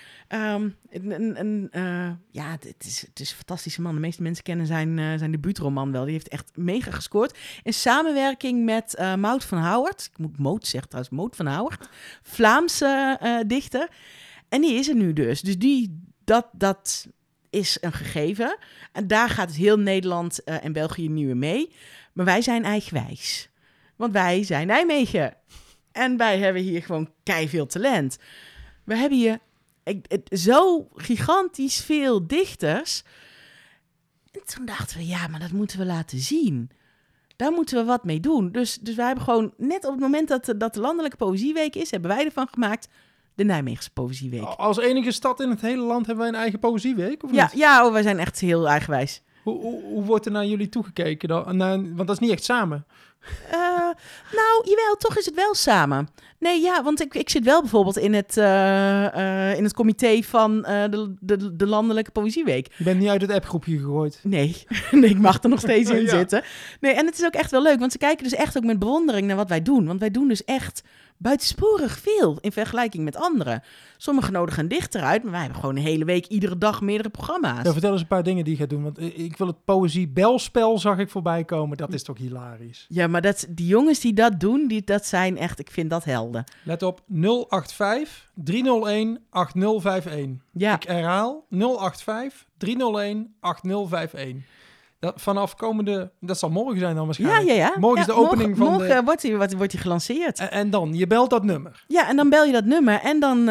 Het is een fantastische man. De meeste mensen kennen zijn debuutroman wel. Die heeft echt mega gescoord. In samenwerking met Maud van Houwert. Ik moet Moot zeggen trouwens, Moot van Houwert. Vlaamse dichter. En die is er nu dus. Dus dat is een gegeven. En daar gaat het heel Nederland en België nu weer mee. Maar wij zijn eigenwijs. Want wij zijn Nijmegen. En wij hebben hier gewoon keiveel talent. We hebben hier zo gigantisch veel dichters. En toen dachten we, ja, maar dat moeten we laten zien. Daar moeten we wat mee doen. Dus wij hebben gewoon, net op het moment dat de Landelijke Poëzieweek is, hebben wij ervan gemaakt de Nijmeegse Poëzieweek. Als enige stad in het hele land hebben wij een eigen poëzieweek, of niet? Ja, wij zijn echt heel eigenwijs. Hoe wordt er naar jullie toegekeken dan? Want dat is niet echt samen. Nou, jawel, toch is het wel samen. Nee, ja, want ik zit wel bijvoorbeeld in het comité van de Landelijke Poëzieweek. Je bent niet uit het appgroepje gegooid. Nee, ik mag er nog steeds in zitten. Nee, en het is ook echt wel leuk, want ze kijken dus echt ook met bewondering naar wat wij doen. Want wij doen dus echt buitensporig veel in vergelijking met anderen. Sommigen nodigen een dichter uit, maar wij hebben gewoon een hele week, iedere dag meerdere programma's. Ja, vertel eens een paar dingen die je gaat doen. Want ik wil het poëzie-belspel zag ik voorbij komen. Dat is toch hilarisch? Ja, maar die jongens die dat doen, dat zijn echt, ik vind dat helden. Let op, 085 301 8051. Ja. Ik herhaal, 085 301 8051. Vanaf komende, dat zal morgen zijn dan waarschijnlijk. Ja. Morgen is de opening van morgen wordt hij gelanceerd. En dan, je belt dat nummer. Ja, en dan bel je dat nummer en dan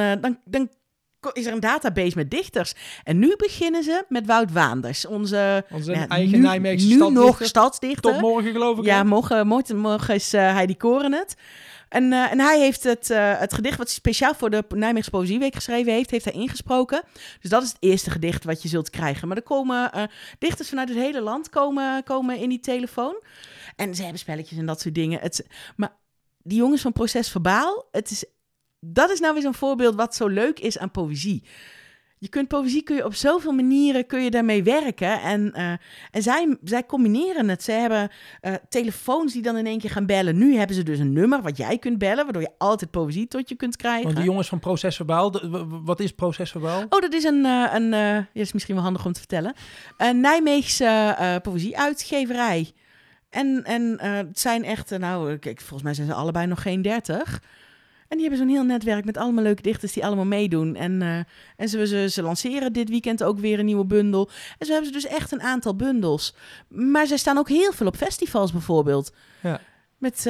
is er een database met dichters. En nu beginnen ze met Wout Waanders, onze eigen Nijmeegse nu stadsdichter. nog stadsdichter. Tot morgen geloof ik. Ja, morgen is Heidi Koren het. En hij heeft het gedicht wat hij speciaal voor de Nijmeegse Poëzieweek geschreven heeft hij ingesproken. Dus dat is het eerste gedicht wat je zult krijgen. Maar er komen dichters vanuit het hele land komen in die telefoon. En ze hebben spelletjes en dat soort dingen. Maar die jongens van Proces Verbaal, dat is nou weer zo'n voorbeeld wat zo leuk is aan poëzie. Poëzie kun je op zoveel manieren daarmee werken. En zij combineren het. Ze hebben telefoons die dan in één keer gaan bellen. Nu hebben ze dus een nummer wat jij kunt bellen, waardoor je altijd poëzie tot je kunt krijgen. Want die jongens van Proces Verbaal, wat is Proces Verbaal? Oh, dat is is misschien wel handig om te vertellen. Een Nijmeegse poëzieuitgeverij. En het zijn echt, volgens mij zijn ze allebei nog geen 30. En die hebben zo'n heel netwerk met allemaal leuke dichters die allemaal meedoen. En ze lanceren dit weekend ook weer een nieuwe bundel. En zo hebben ze dus echt een aantal bundels. Maar ze staan ook heel veel op festivals bijvoorbeeld. Ja. Met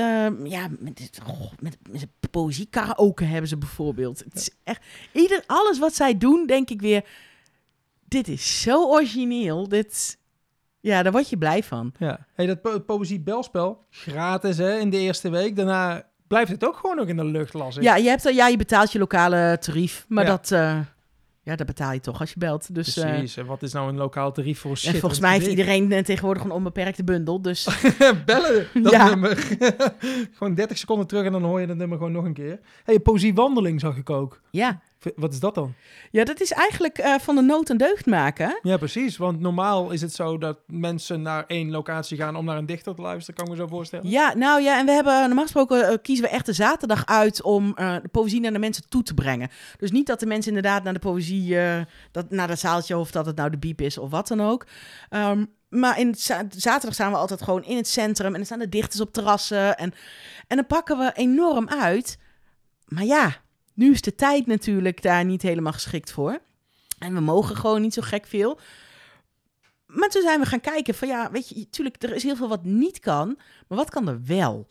poëzie-karaoke hebben ze bijvoorbeeld. Het is echt, alles wat zij doen, denk ik weer, dit is zo origineel. Daar word je blij van. Ja. Hey, dat poëzie-belspel, gratis hè, in de eerste week. Daarna blijft het ook gewoon nog in de lucht, las ik. Ja, je betaalt je lokale tarief, maar dat betaal je toch als je belt. Dus, precies, en wat is nou een lokaal tarief voor shit? En volgens mij heeft iedereen tegenwoordig een onbeperkte bundel, dus... Bellen, dat nummer. Gewoon 30 seconden terug en dan hoor je dat nummer gewoon nog een keer. Hey, poëziewandeling zag ik ook. Ja. Wat is dat dan? Ja, dat is eigenlijk van de nood een deugd maken. Ja, precies. Want normaal is het zo dat mensen naar één locatie gaan om naar een dichter te luisteren. Kan ik me zo voorstellen. Ja, en we hebben normaal gesproken kiezen we echt de zaterdag uit om de poëzie naar de mensen toe te brengen. Dus niet dat de mensen inderdaad naar de poëzie, naar dat zaaltje, of dat het nou de Biep is of wat dan ook. Maar zaterdag staan we altijd gewoon in het centrum en dan staan de dichters op terrassen. En dan pakken we enorm uit. Maar ja, nu is de tijd natuurlijk daar niet helemaal geschikt voor. En we mogen gewoon niet zo gek veel. Maar toen zijn we gaan kijken van weet je, natuurlijk, er is heel veel wat niet kan. Maar wat kan er wel?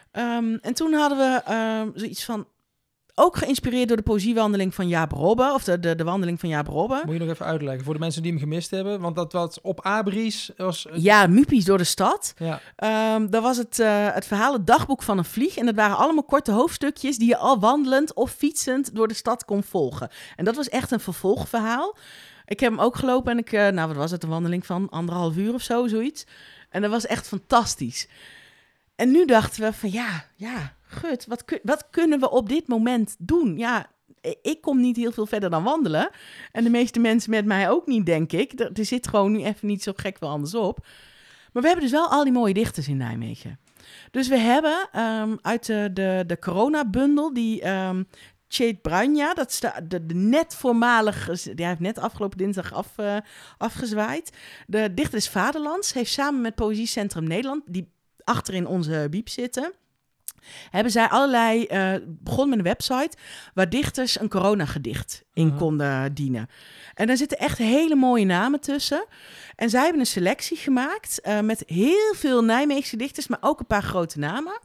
En toen hadden we zoiets van, ook geïnspireerd door de poëziewandeling van Jaap Robbe, of de wandeling van Jaap Robbe. Moet je nog even uitleggen voor de mensen die hem gemist hebben, want dat was op Abries. Ja, Mupies door de stad. Ja. Daar was het verhaal, het dagboek van een vlieg. En dat waren allemaal korte hoofdstukjes die je al wandelend of fietsend door de stad kon volgen. En dat was echt een vervolgverhaal. Ik heb hem ook gelopen en wat was het, een wandeling van 1,5 uur of zo, zoiets. En dat was echt fantastisch. En nu dachten we van gut, wat kunnen we op dit moment doen? Ja, ik kom niet heel veel verder dan wandelen. En de meeste mensen met mij ook niet, denk ik. Er zit gewoon nu even niet zo gek wel anders op. Maar we hebben dus wel al die mooie dichters in Nijmegen. Dus we hebben uit de corona-bundel, die Tjeerd Bruinja, dat is de net voormalig, die heeft net afgelopen dinsdag afgezwaaid. De dichter des Vaderlands heeft samen met Poëziecentrum Nederland, die achterin onze Biep zitten, hebben zij allerlei... begon met een website waar dichters een coronagedicht in konden dienen. En daar zitten echt hele mooie namen tussen. En zij hebben een selectie gemaakt met heel veel Nijmeegse dichters, maar ook een paar grote namen.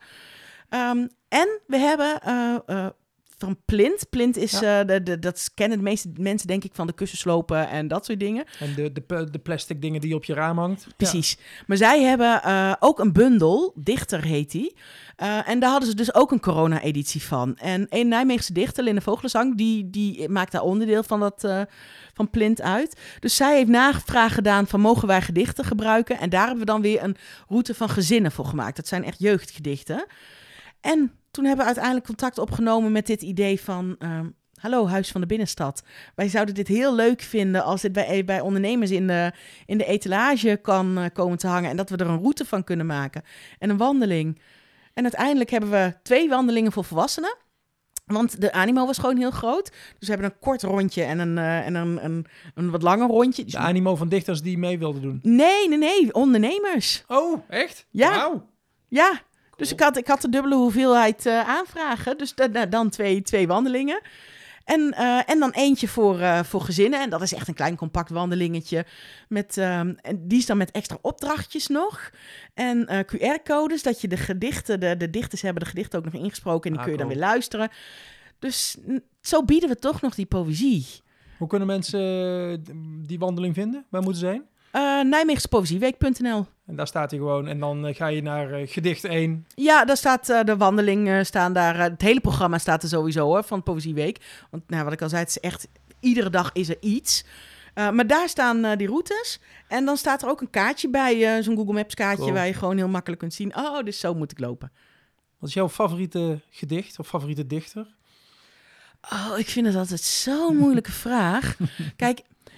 En we hebben van Plint. Plint is, dat kennen de meeste mensen denk ik van de kussenslopen en dat soort dingen. En de plastic dingen die op je raam hangt. Precies. Ja. Maar zij hebben ook een bundel, Dichter heet die. En daar hadden ze dus ook een corona-editie van. En een Nijmeegse dichter, Linde Vogelenzang, die maakt daar onderdeel van Plint uit. Dus zij heeft navraag gedaan van mogen wij gedichten gebruiken? En daar hebben we dan weer een route van gezinnen voor gemaakt. Dat zijn echt jeugdgedichten. En toen hebben we uiteindelijk contact opgenomen met dit idee van... hallo, Huis van de Binnenstad. Wij zouden dit heel leuk vinden als dit bij ondernemers in de etalage kan komen te hangen. En dat we er een route van kunnen maken. En een wandeling. En uiteindelijk hebben we 2 wandelingen voor volwassenen. Want de animo was gewoon heel groot. Dus we hebben een kort rondje en een wat langer rondje. De animo van dichters die mee wilden doen? Nee. Ondernemers. Oh, echt? Ja. Wow. Ja. Cool. Dus ik had de dubbele hoeveelheid aanvragen. Dus dan 2 wandelingen. En dan eentje voor gezinnen. En dat is echt een klein compact wandelingetje. En die is dan met extra opdrachtjes nog. En QR-codes, dat je de gedichten... De dichters hebben de gedichten ook nog ingesproken. En die kun je dan weer luisteren. Dus zo bieden we toch nog die poëzie. Hoe kunnen mensen die wandeling vinden? Waar moeten ze heen? Nijmeegspoëzieweek.nl. En daar staat hij gewoon. En dan ga je naar gedicht 1. Ja, daar staat de wandeling staan daar. Het hele programma staat er sowieso hoor, van Poëzieweek. Want wat ik al zei, het is echt... Iedere dag is er iets. Maar daar staan die routes. En dan staat er ook een kaartje bij. Zo'n Google Maps kaartje waar je gewoon heel makkelijk kunt zien. Oh, dus zo moet ik lopen. Wat is jouw favoriete gedicht of favoriete dichter? Oh, ik vind het altijd zo'n moeilijke vraag. Kijk...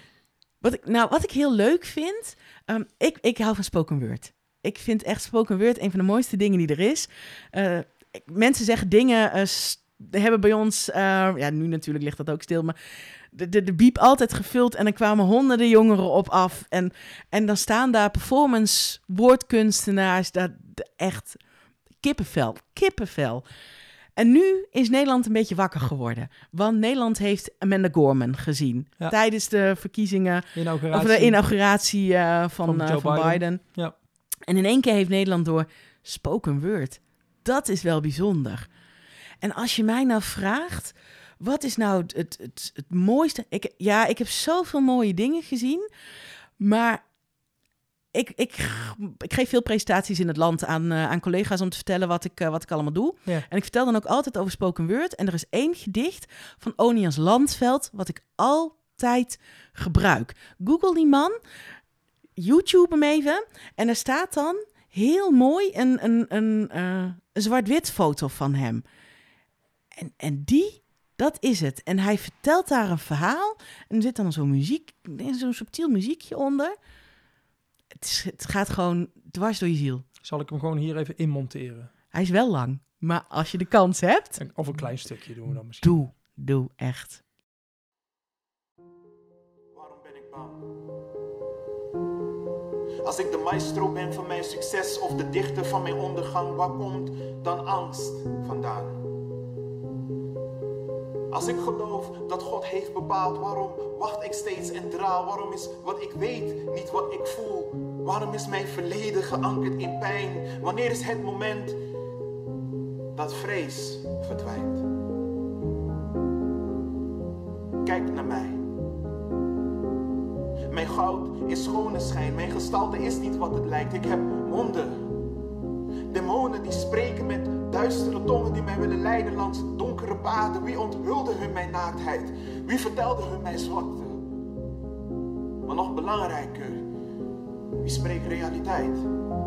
Wat ik heel leuk vind, ik hou van spoken word. Ik vind echt spoken word een van de mooiste dingen die er is. Mensen zeggen dingen, hebben bij ons, nu natuurlijk ligt dat ook stil, maar de biep altijd gevuld en dan kwamen honderden jongeren op af. En dan staan daar performance woordkunstenaars, echt kippenvel. En nu is Nederland een beetje wakker geworden. Want Nederland heeft Amanda Gorman gezien. Ja. Tijdens de verkiezingen. Of de inauguratie van Biden. Ja. En in één keer heeft Nederland door spoken word. Dat is wel bijzonder. En als je mij nou vraagt... Wat is nou het mooiste... Ik heb zoveel mooie dingen gezien. Maar... Ik geef veel presentaties in het land aan collega's om te vertellen wat ik allemaal doe. Ja. En ik vertel dan ook altijd over spoken word. En er is 1 gedicht van Onias Landveld wat ik altijd gebruik. Google die man, YouTube hem even. En er staat dan heel mooi een zwart-wit foto van hem. En dat is het. En hij vertelt daar een verhaal. En er zit dan zo'n subtiel muziekje onder... Het gaat gewoon dwars door je ziel. Zal ik hem gewoon hier even inmonteren? Hij is wel lang, maar als je de kans hebt... Of een klein stukje doen we dan misschien. Doe echt. Waarom ben ik bang? Als ik de maestro ben van mijn succes of de dichter van mijn ondergang, waar komt dan angst vandaan? Als ik geloof dat God heeft bepaald, waarom wacht ik steeds en draal? Waarom is wat ik weet niet wat ik voel? Waarom is mijn verleden geankerd in pijn? Wanneer is het moment dat vrees verdwijnt? Kijk naar mij. Mijn goud is schone schijn. Mijn gestalte is niet wat het lijkt. Ik heb monden. Demonen die spreken met duistere tongen die mij willen leiden langs donkere paden. Wie onthulde hun mijn naaktheid? Wie vertelde hun mijn zwakte? Maar nog belangrijker, wie spreekt realiteit?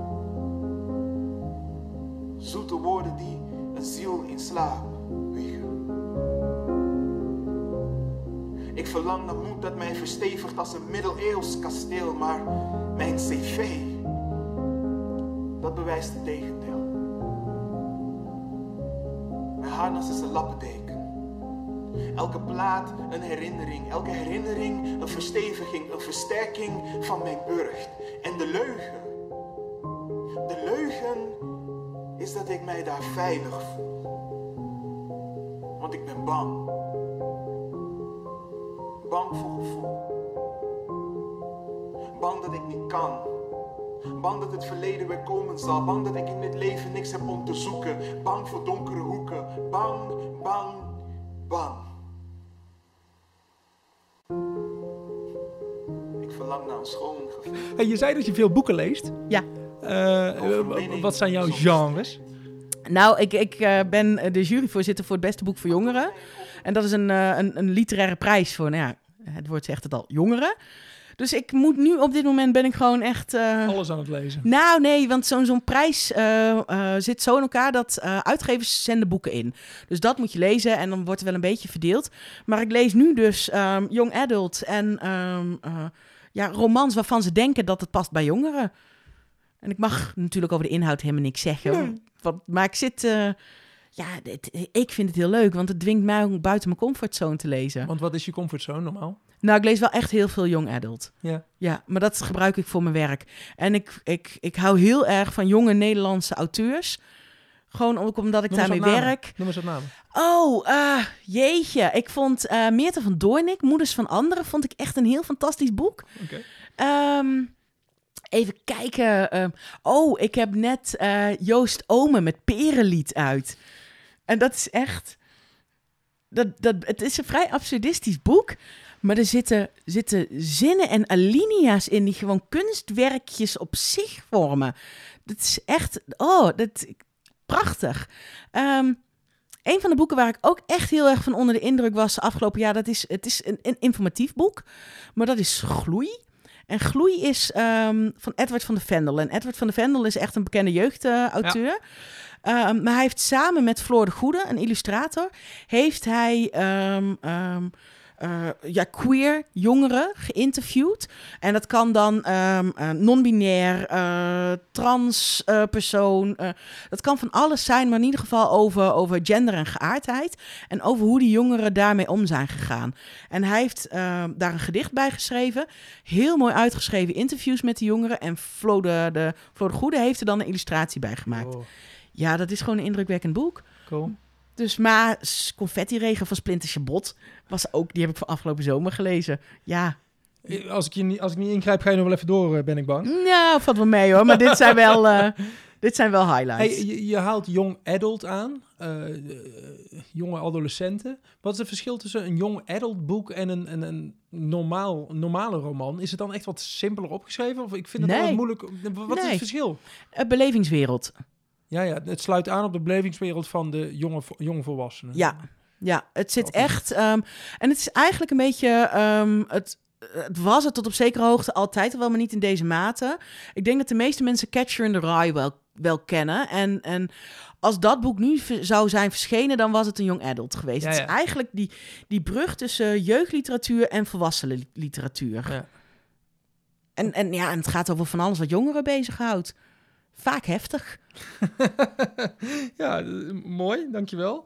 Zoete woorden die een ziel in slaap wiegen. Ik verlang naar moed dat mij verstevigt als een middeleeuws kasteel, maar mijn cv, dat bewijst het tegendeel. Mijn harnas is een lappendeken. Elke plaat een herinnering. Elke herinnering een versteviging, een versterking van mijn burcht. En de leugen is dat ik mij daar veilig voel. Want ik ben bang. Bang voor gevoel. Bang dat ik niet kan. Bang dat het verleden weer komen zal. Bang dat ik in dit leven niks heb om te zoeken. Bang voor donkere hoeken. Bang, bang, bang. Ik verlang naar een schoon gevoel. Hey, je zei dat je veel boeken leest. Ja. Wat zijn jouw genres? Nou, ik ben de juryvoorzitter voor het beste boek voor jongeren. En dat is een literaire prijs voor, nou ja, het woord zegt het al, jongeren. Dus ik moet nu, op dit moment ben ik gewoon echt... Alles aan het lezen. Nou, nee, want zo'n prijs zit zo in elkaar dat uitgevers zenden boeken in. Dus dat moet je lezen en dan wordt er wel een beetje verdeeld. Maar ik lees nu dus young adult en romans waarvan ze denken dat het past bij jongeren. En ik mag natuurlijk over de inhoud helemaal niks zeggen. Maar ik zit... ik vind het heel leuk, want het dwingt mij om buiten mijn comfortzone te lezen. Want wat is je comfortzone normaal? Nou, ik lees wel echt heel veel young adult. Ja. Ja, maar dat gebruik ik voor mijn werk. En ik hou heel erg van jonge Nederlandse auteurs. Gewoon ook omdat ik daarmee werk. Noem eens wat namen. Oh, jeetje. Ik vond Meerte van Doornik, Moeders van Anderen, vond ik echt een heel fantastisch boek. Oké. Even kijken. Ik heb net Joost Omen met Perenlied uit. En dat is echt... Het is een vrij absurdistisch boek. Maar er zitten zinnen en alinea's in die gewoon kunstwerkjes op zich vormen. Dat is echt... prachtig. Een van de boeken waar ik ook echt heel erg van onder de indruk was afgelopen jaar... Het is een informatief boek, maar dat is Gloei. En Gloei is van Edward van de Vendel. En Edward van de Vendel is echt een bekende jeugdauteur. Maar hij heeft samen met Floor de Goede, een illustrator... heeft hij queer jongeren geïnterviewd. En dat kan dan non-binair, trans persoon. Dat kan van alles zijn, maar in ieder geval over gender en geaardheid. En over hoe die jongeren daarmee om zijn gegaan. En hij heeft daar een gedicht bij geschreven. Heel mooi uitgeschreven interviews met de jongeren. En Floor de Goede heeft er dan een illustratie bij gemaakt. Oh. Ja, dat is gewoon een indrukwekkend boek. Cool. Dus maar Confetti-regen van Splinter Chabot was ook, die heb ik van afgelopen zomer gelezen. Ja. Als ik niet ingrijp, ga je nog wel even door, ben ik bang. Nou, valt wel mee hoor, maar dit zijn wel highlights. Hey, je haalt young adult aan, jonge adolescenten. Wat is het verschil tussen een young adult boek en een normale roman? Is het dan echt wat simpeler opgeschreven? Of ik vind het altijd moeilijk. Wat is het verschil? Belevingswereld. Ja, het sluit aan op de belevingswereld van de jonge volwassenen. Ja, het zit echt... en het is eigenlijk een beetje... Het was het tot op zekere hoogte altijd, wel maar niet in deze mate. Ik denk dat de meeste mensen Catcher in the Rye wel kennen. En als dat boek nu zou zijn verschenen, dan was het een young adult geweest. Ja. Het is eigenlijk die brug tussen jeugdliteratuur en volwassen literatuur. Ja. En het gaat over van alles wat jongeren bezighoudt. Vaak heftig. Ja, mooi, dankjewel.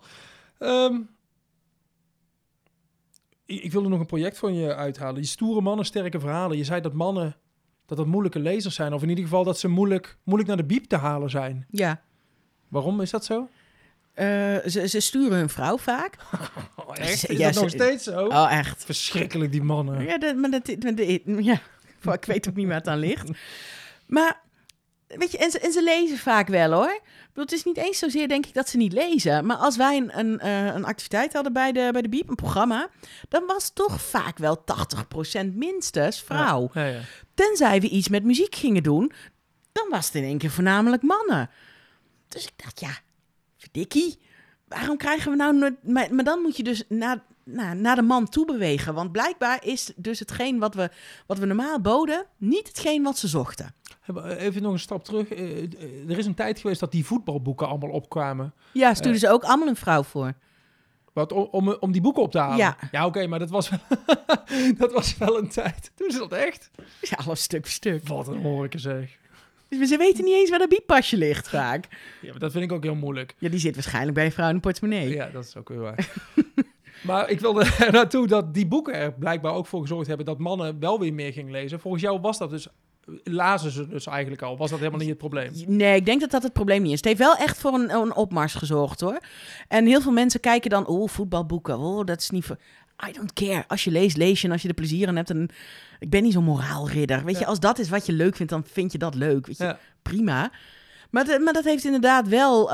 Ik wilde nog een project van je uithalen. Die stoere mannen, sterke verhalen. Je zei dat mannen dat moeilijke lezers zijn. Of in ieder geval dat ze moeilijk naar de biep te halen zijn. Ja. Waarom is dat zo? Ze sturen hun vrouw vaak. Oh, echt? Is dat nog steeds zo? Oh, echt. Verschrikkelijk, die mannen. Ja, ik weet ook niet waar het aan ligt. Maar... Weet je, en ze lezen vaak wel, hoor. Ik bedoel, het is niet eens zozeer, denk ik, dat ze niet lezen. Maar als wij een activiteit hadden bij de Biep, een programma... dan was toch vaak wel 80% minstens vrouw. Ja. Tenzij we iets met muziek gingen doen... dan was het in één keer voornamelijk mannen. Dus ik dacht, ja, verdikkie... waarom krijgen we nou nooit... Maar dan moet je dus naar de man toe bewegen. Want blijkbaar is dus hetgeen wat we normaal boden... niet hetgeen wat ze zochten. Even nog een stap terug. Er is een tijd geweest dat die voetbalboeken allemaal opkwamen. Ja, stuurden ze ook allemaal een vrouw voor. Wat, om die boeken op te halen? Ja. Ja, oké, maar dat was wel een tijd. Doen ze dat echt? Ja, alles stuk voor stuk. Wat een horken zeg. Ze weten niet eens waar dat biepasje ligt vaak. Ja, maar dat vind ik ook heel moeilijk. Ja, die zit waarschijnlijk bij een vrouw in een portemonnee. Ja, dat is ook heel waar. Maar ik wilde er naartoe dat die boeken er blijkbaar ook voor gezorgd hebben... dat mannen wel weer meer gingen lezen. Volgens jou was dat dus lazen ze dus eigenlijk al? Was dat helemaal niet het probleem? Nee, ik denk dat dat het probleem niet is. Het heeft wel echt voor een opmars gezorgd, hoor. En heel veel mensen kijken dan, voetbalboeken, dat is niet voor... I don't care. Als je leest, lees je. En als je er plezier aan hebt, en ik ben niet zo'n moraalridder. Weet je, als dat is wat je leuk vindt, dan vind je dat leuk. Weet je, prima. Maar dat heeft inderdaad wel...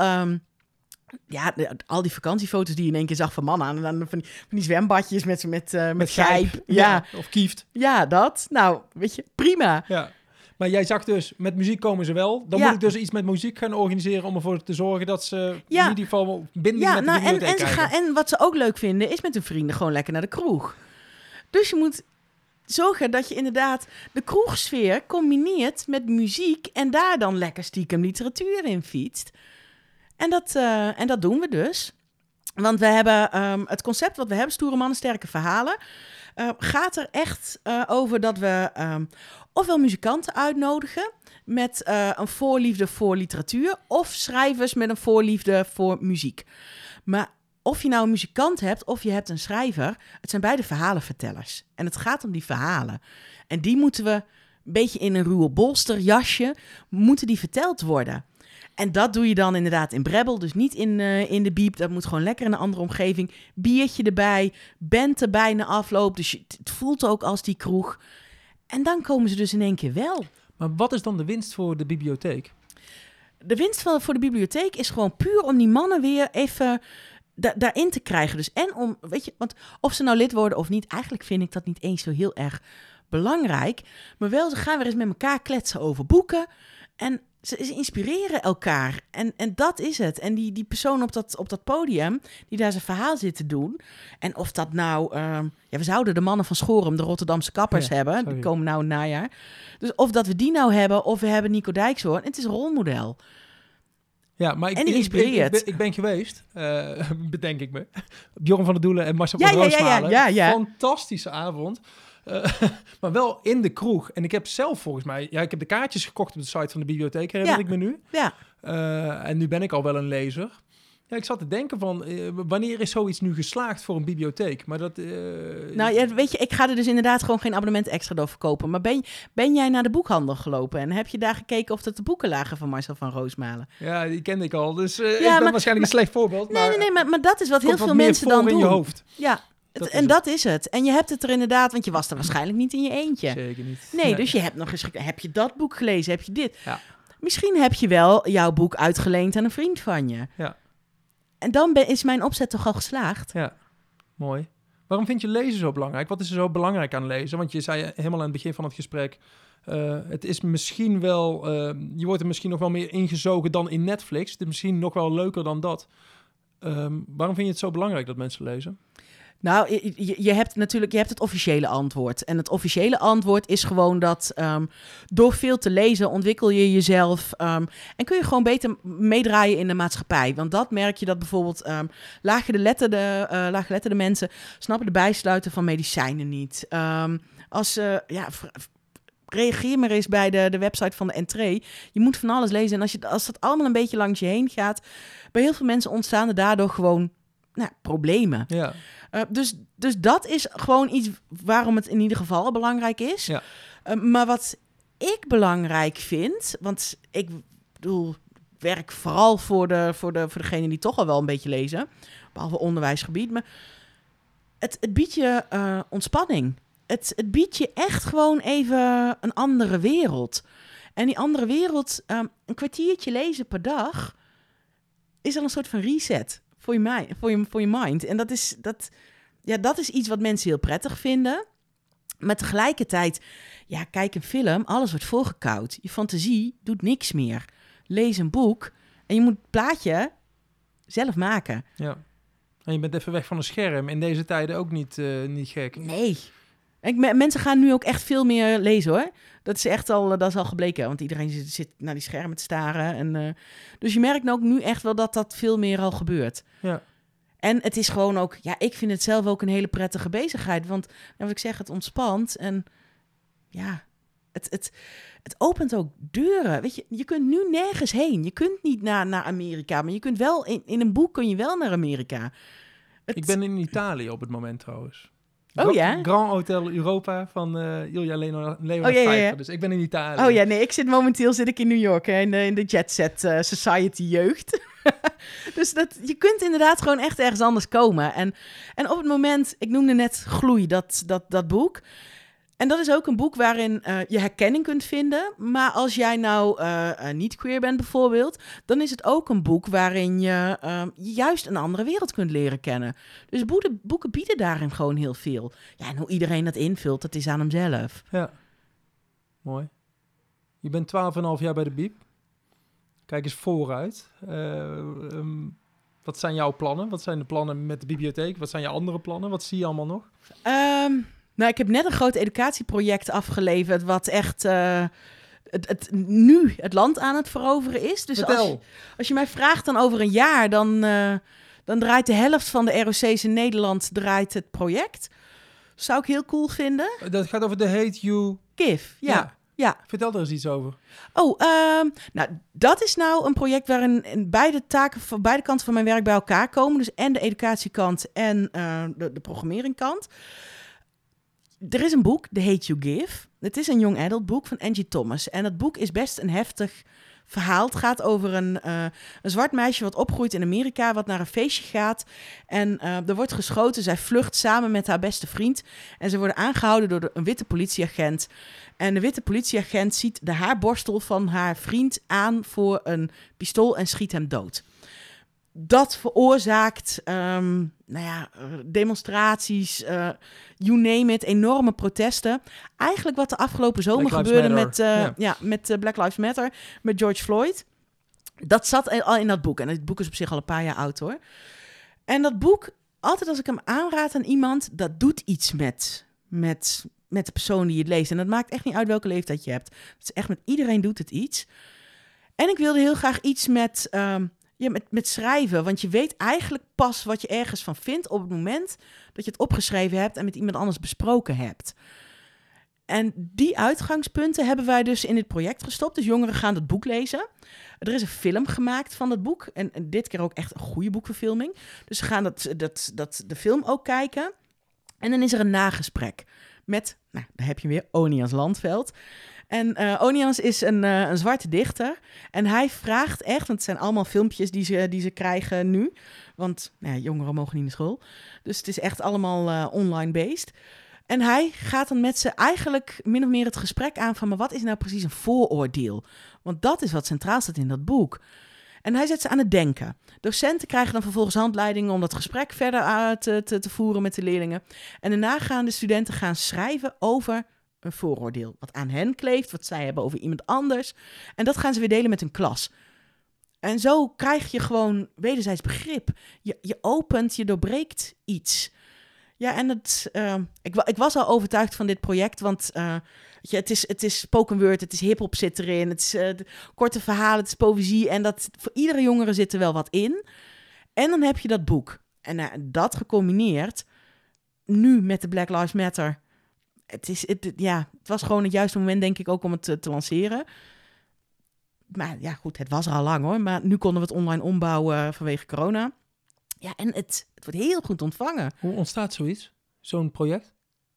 al die vakantiefoto's die je in één keer zag van mannen. En dan van die zwembadjes met gijp. Ja. Of kieft. Ja, dat. Nou, weet je, prima. Ja. Maar jij zag dus, met muziek komen ze wel. Dan moet ik dus iets met muziek gaan organiseren om ervoor te zorgen dat ze in ieder geval binding met de bibliotheek krijgen. En wat ze ook leuk vinden, is met hun vrienden gewoon lekker naar de kroeg. Dus je moet zorgen dat je inderdaad de kroegsfeer combineert met muziek en daar dan lekker stiekem literatuur in fietst. En dat doen we dus. Want we hebben het concept wat we hebben, Stoere Mannen, Sterke Verhalen, gaat er echt over dat we ofwel muzikanten uitnodigen met een voorliefde voor literatuur, of schrijvers met een voorliefde voor muziek. Maar of je nou een muzikant hebt of je hebt een schrijver, het zijn beide verhalenvertellers. En het gaat om die verhalen. En die moeten we een beetje in een ruwe bolsterjasje, moeten die verteld worden. En dat doe je dan inderdaad in Brebbel, dus niet in de Biep. Dat moet gewoon lekker in een andere omgeving. Biertje erbij, band erbij na afloop. Dus het voelt ook als die kroeg. En dan komen ze dus in één keer wel. Maar wat is dan de winst voor de bibliotheek? De winst voor de bibliotheek is gewoon puur om die mannen weer even daarin te krijgen. Dus en om, weet je, want of ze nou lid worden of niet, eigenlijk vind ik dat niet eens zo heel erg belangrijk. Maar wel, ze gaan weer eens met elkaar kletsen over boeken. En ze inspireren elkaar. En dat is het. En die persoon op dat podium, die daar zijn verhaal zit te doen. En of dat nou... we zouden de mannen van Schorum, de Rotterdamse kappers, hebben. Sorry. Die komen nou in het najaar. Dus of dat we die nou hebben, of we hebben Nico Dijkshoorn. Het is een rolmodel. Ja, maar en die inspireert. Ik ben geweest, bedenk ik me. Bjorn van der Doelen en Marcel van Roosmalen. Ja. Fantastische avond. Maar wel in de kroeg. En ik heb zelf volgens mij... Ja, ik heb de kaartjes gekocht op de site van de bibliotheek, herinner ik me nu. Ja. En nu ben ik al wel een lezer. Ja, ik zat te denken van... wanneer is zoiets nu geslaagd voor een bibliotheek? Maar dat... weet je, ik ga er dus inderdaad gewoon geen abonnement extra door verkopen. Maar ben jij naar de boekhandel gelopen? En heb je daar gekeken of dat de boeken lagen van Marcel van Roosmalen? Ja, die kende ik al. Dus ik ben waarschijnlijk een slecht voorbeeld. Nee, maar dat is wat heel veel mensen dan doen. In je hoofd. Ja. Dat is het. En je hebt het er inderdaad, want je was er waarschijnlijk niet in je eentje. Zeker niet. Nee, dus je hebt nog eens... Heb je dat boek gelezen? Heb je dit? Ja. Misschien heb je wel jouw boek uitgeleend aan een vriend van je. Ja. En dan is mijn opzet toch al geslaagd. Ja, mooi. Waarom vind je lezen zo belangrijk? Wat is er zo belangrijk aan lezen? Want je zei helemaal aan het begin van het gesprek... het is misschien wel... je wordt er misschien nog wel meer ingezogen dan in Netflix. Het is misschien nog wel leuker dan dat. Waarom vind je het zo belangrijk dat mensen lezen? Nou, je hebt het officiële antwoord. En het officiële antwoord is gewoon dat door veel te lezen ontwikkel je jezelf en kun je gewoon beter meedraaien in de maatschappij. Want dat merk je dat bijvoorbeeld laaggeletterde mensen snappen de bijsluiten van medicijnen niet. Reageer maar eens bij de website van de Entree. Je moet van alles lezen. En als dat allemaal een beetje langs je heen gaat, bij heel veel mensen ontstaan er daardoor gewoon problemen. Ja. Dus dat is gewoon iets waarom het in ieder geval belangrijk is. Ja. Maar wat ik belangrijk vind, want ik bedoel, werk vooral voor degenen die toch al wel een beetje lezen, behalve onderwijsgebied, maar het biedt je ontspanning. Het biedt je echt gewoon even een andere wereld. En die andere wereld, een kwartiertje lezen per dag, is al een soort van reset voor je mind. En dat is iets wat mensen heel prettig vinden. Maar tegelijkertijd, kijk een film, alles wordt voorgekoud. Je fantasie doet niks meer. Lees een boek en je moet het plaatje zelf maken. Ja. En je bent even weg van een scherm. In deze tijden ook niet gek. Nee. Mensen gaan nu ook echt veel meer lezen, hoor. Dat is al gebleken, want iedereen zit naar die schermen te staren. Dus je merkt ook nu echt wel dat veel meer al gebeurt. Ja. En het is gewoon ook... ik vind het zelf ook een hele prettige bezigheid. Want, wat ik zeg, het ontspant. En het opent ook deuren. Weet je, je kunt nu nergens heen. Je kunt niet naar Amerika. Maar je kunt wel... In een boek kun je wel naar Amerika. Ik ben in Italië op het moment trouwens. Oh ja? Grand Hotel Europa van Ilja Leonard ja. Pfeiffer. Dus ik ben in Italië. Oh ja, nee, momenteel zit ik in New York, hè, in de Jet Set Society jeugd. Dus je kunt inderdaad gewoon echt ergens anders komen. En op het moment, ik noemde net Gloei, dat boek. En dat is ook een boek waarin je herkenning kunt vinden. Maar als jij nou niet queer bent bijvoorbeeld, dan is het ook een boek waarin je juist een andere wereld kunt leren kennen. Dus boeken bieden daarin gewoon heel veel. Ja, en hoe iedereen dat invult, dat is aan hemzelf. Ja, mooi. Je bent 12,5 jaar bij de Biep. Kijk eens vooruit. Wat zijn jouw plannen? Wat zijn de plannen met de bibliotheek? Wat zijn je andere plannen? Wat zie je allemaal nog? Nou, ik heb net een groot educatieproject afgeleverd wat echt nu het land aan het veroveren is. Dus als je mij vraagt dan over een jaar, dan draait de helft van de ROC's in Nederland draait het project. Zou ik heel cool vinden. Dat gaat over de Hate You Give, ja. Vertel er eens iets over. Nou, dat is nou een project waarin beide taken van beide kanten van mijn werk bij elkaar komen. Dus en de educatiekant en de programmeringkant. Er is een boek, The Hate You Give. Het is een young adult boek van Angie Thomas. En dat boek is best een heftig verhaal. Het gaat over een zwart meisje wat opgroeit in Amerika, wat naar een feestje gaat. En er wordt geschoten. Zij vlucht samen met haar beste vriend. En ze worden aangehouden door een witte politieagent. En de witte politieagent ziet de haarborstel van haar vriend aan voor een pistool en schiet hem dood. Dat veroorzaakt demonstraties, you name it, enorme protesten. Eigenlijk wat de afgelopen zomer gebeurde met Black Lives Matter, met George Floyd. Dat zat al in dat boek. En het boek is op zich al een paar jaar oud, hoor. En dat boek, altijd als ik hem aanraad aan iemand, dat doet iets met de persoon die het leest. En dat maakt echt niet uit welke leeftijd je hebt. Het is echt met iedereen doet het iets. En ik wilde heel graag iets met schrijven. Want je weet eigenlijk pas wat je ergens van vindt op het moment dat je het opgeschreven hebt en met iemand anders besproken hebt. En die uitgangspunten hebben wij dus in dit project gestopt. Dus jongeren gaan het boek lezen. Er is een film gemaakt van dat boek. En dit keer ook echt een goede boekverfilming. Dus ze gaan de film ook kijken. En dan is er een nagesprek met, daar heb je weer, Onias Landveld. En Onias is een zwarte dichter. En hij vraagt echt, want het zijn allemaal filmpjes die ze krijgen nu. Want jongeren mogen niet naar school. Dus het is echt allemaal online-based. En hij gaat dan met ze eigenlijk min of meer het gesprek aan van, maar wat is nou precies een vooroordeel? Want dat is wat centraal staat in dat boek. En hij zet ze aan het denken. Docenten krijgen dan vervolgens handleidingen om dat gesprek verder te voeren met de leerlingen. En daarna gaan de studenten gaan schrijven over een vooroordeel. Wat aan hen kleeft, wat zij hebben over iemand anders. En dat gaan ze weer delen met hun klas. En zo krijg je gewoon wederzijds begrip. Je opent, je doorbreekt iets. Ja, en ik was al overtuigd van dit project, want het is spoken word, het is hiphop zit erin, het is korte verhalen, het is poëzie en voor iedere jongere zit er wel wat in. En dan heb je dat boek. En dat gecombineerd, nu met de Black Lives Matter, het was gewoon het juiste moment, denk ik, ook om het te lanceren. Maar ja, goed, het was er al lang, hoor. Maar nu konden we het online ombouwen vanwege corona. Ja, en het wordt heel goed ontvangen. Hoe ontstaat zoiets? Zo'n project?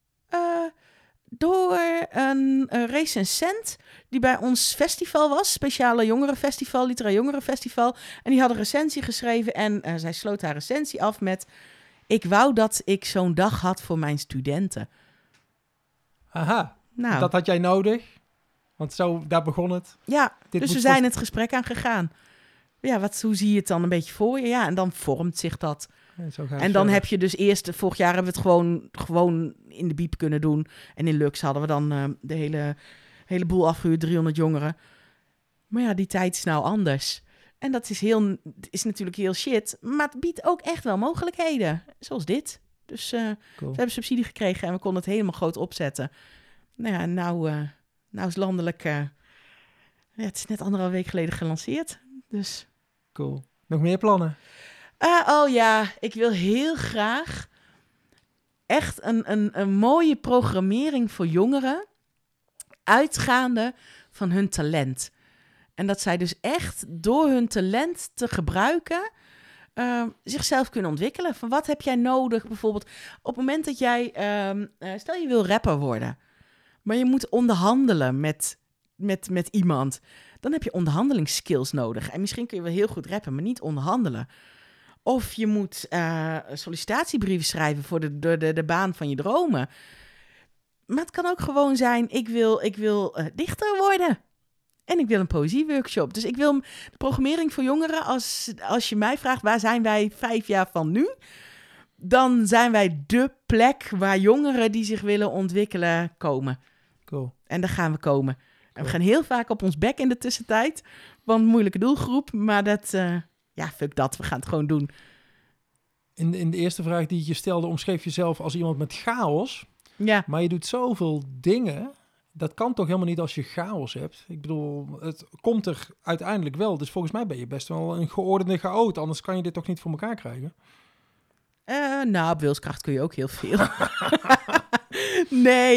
Door een recensent die bij ons festival was. Speciale jongerenfestival, literair jongerenfestival. En die had een recensie geschreven. En zij sloot haar recensie af met: ik wou dat ik zo'n dag had voor mijn studenten. Aha, dat had jij nodig. Want daar begon het. Ja, dus we zijn het gesprek aan gegaan. Ja, hoe zie je het dan een beetje voor je? Ja, en dan vormt zich dat. En dan heb je dus vorig jaar hebben we het gewoon in de Biep kunnen doen. En in Lux hadden we dan de hele boel afgehuurd, 300 jongeren. Maar ja, die tijd is nou anders. En dat is natuurlijk heel shit. Maar het biedt ook echt wel mogelijkheden. Zoals dit. Dus cool. We hebben subsidie gekregen en we konden het helemaal groot opzetten. Nou ja, nou is landelijk... het is net 1,5 week geleden gelanceerd. Dus... Cool. Nog meer plannen? Ik wil heel graag echt een mooie programmering voor jongeren, uitgaande van hun talent. En dat zij dus echt door hun talent te gebruiken zichzelf kunnen ontwikkelen. Van wat heb jij nodig bijvoorbeeld op het moment dat jij... stel je wil rapper worden, maar je moet onderhandelen met iemand. Dan heb je onderhandelingsskills nodig. En misschien kun je wel heel goed rappen, maar niet onderhandelen. Of je moet sollicitatiebrieven schrijven voor de baan van je dromen. Maar het kan ook gewoon zijn, ik wil dichter worden. En ik wil een poëzieworkshop. Dus ik wil de programmering voor jongeren. Als je mij vraagt, waar zijn wij 5 jaar van nu? Dan zijn wij de plek waar jongeren die zich willen ontwikkelen komen. Cool. En daar gaan we komen. En we gaan heel vaak op ons bek in de tussentijd. Want moeilijke doelgroep. Maar fuck dat. We gaan het gewoon doen. In de eerste vraag die ik je stelde, omschreef je jezelf als iemand met chaos. Ja. Maar je doet zoveel dingen. Dat kan toch helemaal niet als je chaos hebt? Ik bedoel, het komt er uiteindelijk wel. Dus volgens mij ben je best wel een geordende chaot. Anders kan je dit toch niet voor elkaar krijgen? Op wilskracht kun je ook heel veel. Nee,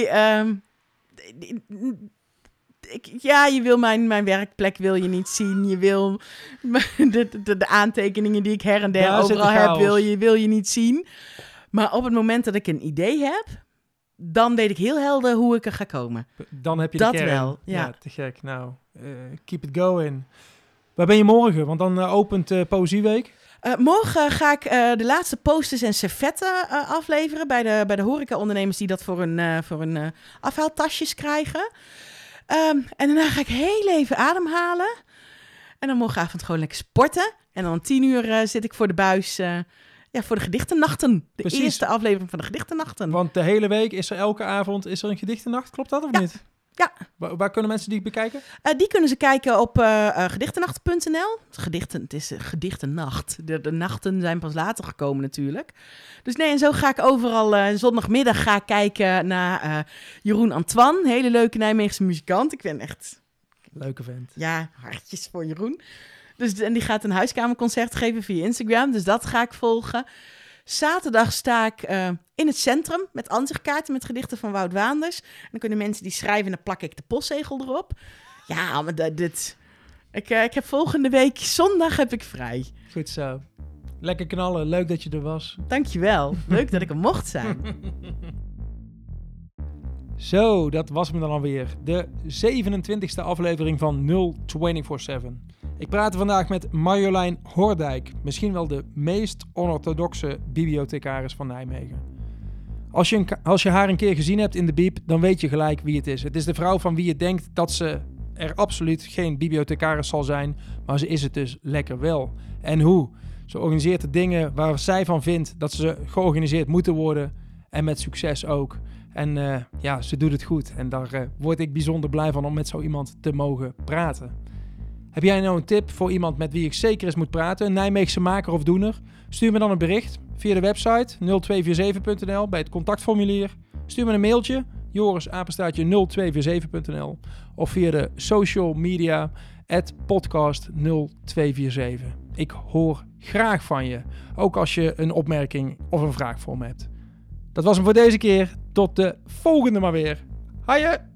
je wil mijn werkplek wil je niet zien. Je wil de aantekeningen die ik her en der overal heb, wil je niet zien. Maar op het moment dat ik een idee heb, dan weet ik heel helder hoe ik er ga komen. Dan heb je dat de kern. wel, ja. Te gek. Nou, keep it going. Waar ben je morgen? Want dan opent Poëzieweek. Morgen ga ik de laatste posters en servetten afleveren bij de horecaondernemers die dat voor hun afhaaltasjes krijgen. En daarna ga ik heel even ademhalen. En dan morgenavond gewoon lekker sporten. En dan om 10:00 zit ik voor de buis voor de gedichtennachten. Precies. Eerste aflevering van de gedichtennachten. Want de hele week is er elke avond een gedichtennacht. Klopt dat of niet? Ja. Waar kunnen mensen die bekijken? Die kunnen ze kijken op gedichtennacht.nl. Het is gedichtennacht. De nachten zijn pas later gekomen natuurlijk. Dus en zo ga ik overal zondagmiddag kijken naar Jeroen Antoine. Hele leuke Nijmeegse muzikant. Ik ben echt... Leuke vent. Ja, hartjes voor Jeroen. En die gaat een huiskamerconcert geven via Instagram. Dus dat ga ik volgen. Zaterdag sta ik in het centrum met ansichtkaarten met gedichten van Wout Waanders. En dan kunnen mensen die schrijven en dan plak ik de postzegel erop. Ja, maar ik heb volgende week zondag heb ik vrij. Goed zo. Lekker knallen. Leuk dat je er was. Dankjewel. Leuk dat ik er mocht zijn. Zo, dat was me dan alweer. De 27e aflevering van 024/7. Ik praatte vandaag met Marjolein Hordijk, misschien wel de meest onorthodoxe bibliothecaris van Nijmegen. Als je haar een keer gezien hebt in de Biep, dan weet je gelijk wie het is. Het is de vrouw van wie je denkt dat ze er absoluut geen bibliothecaris zal zijn, maar ze is het dus lekker wel. En hoe? Ze organiseert de dingen waar zij van vindt dat ze georganiseerd moeten worden en met succes ook. En ze doet het goed en daar word ik bijzonder blij van om met zo iemand te mogen praten. Heb jij nou een tip voor iemand met wie ik zeker eens moet praten, een Nijmeegse maker of doener? Stuur me dan een bericht via de website 0247.nl bij het contactformulier. Stuur me een mailtje, joris@0247.nl of via de social media @podcast0247. Ik hoor graag van je, ook als je een opmerking of een vraag voor me hebt. Dat was hem voor deze keer. Tot de volgende maar weer. Haaien!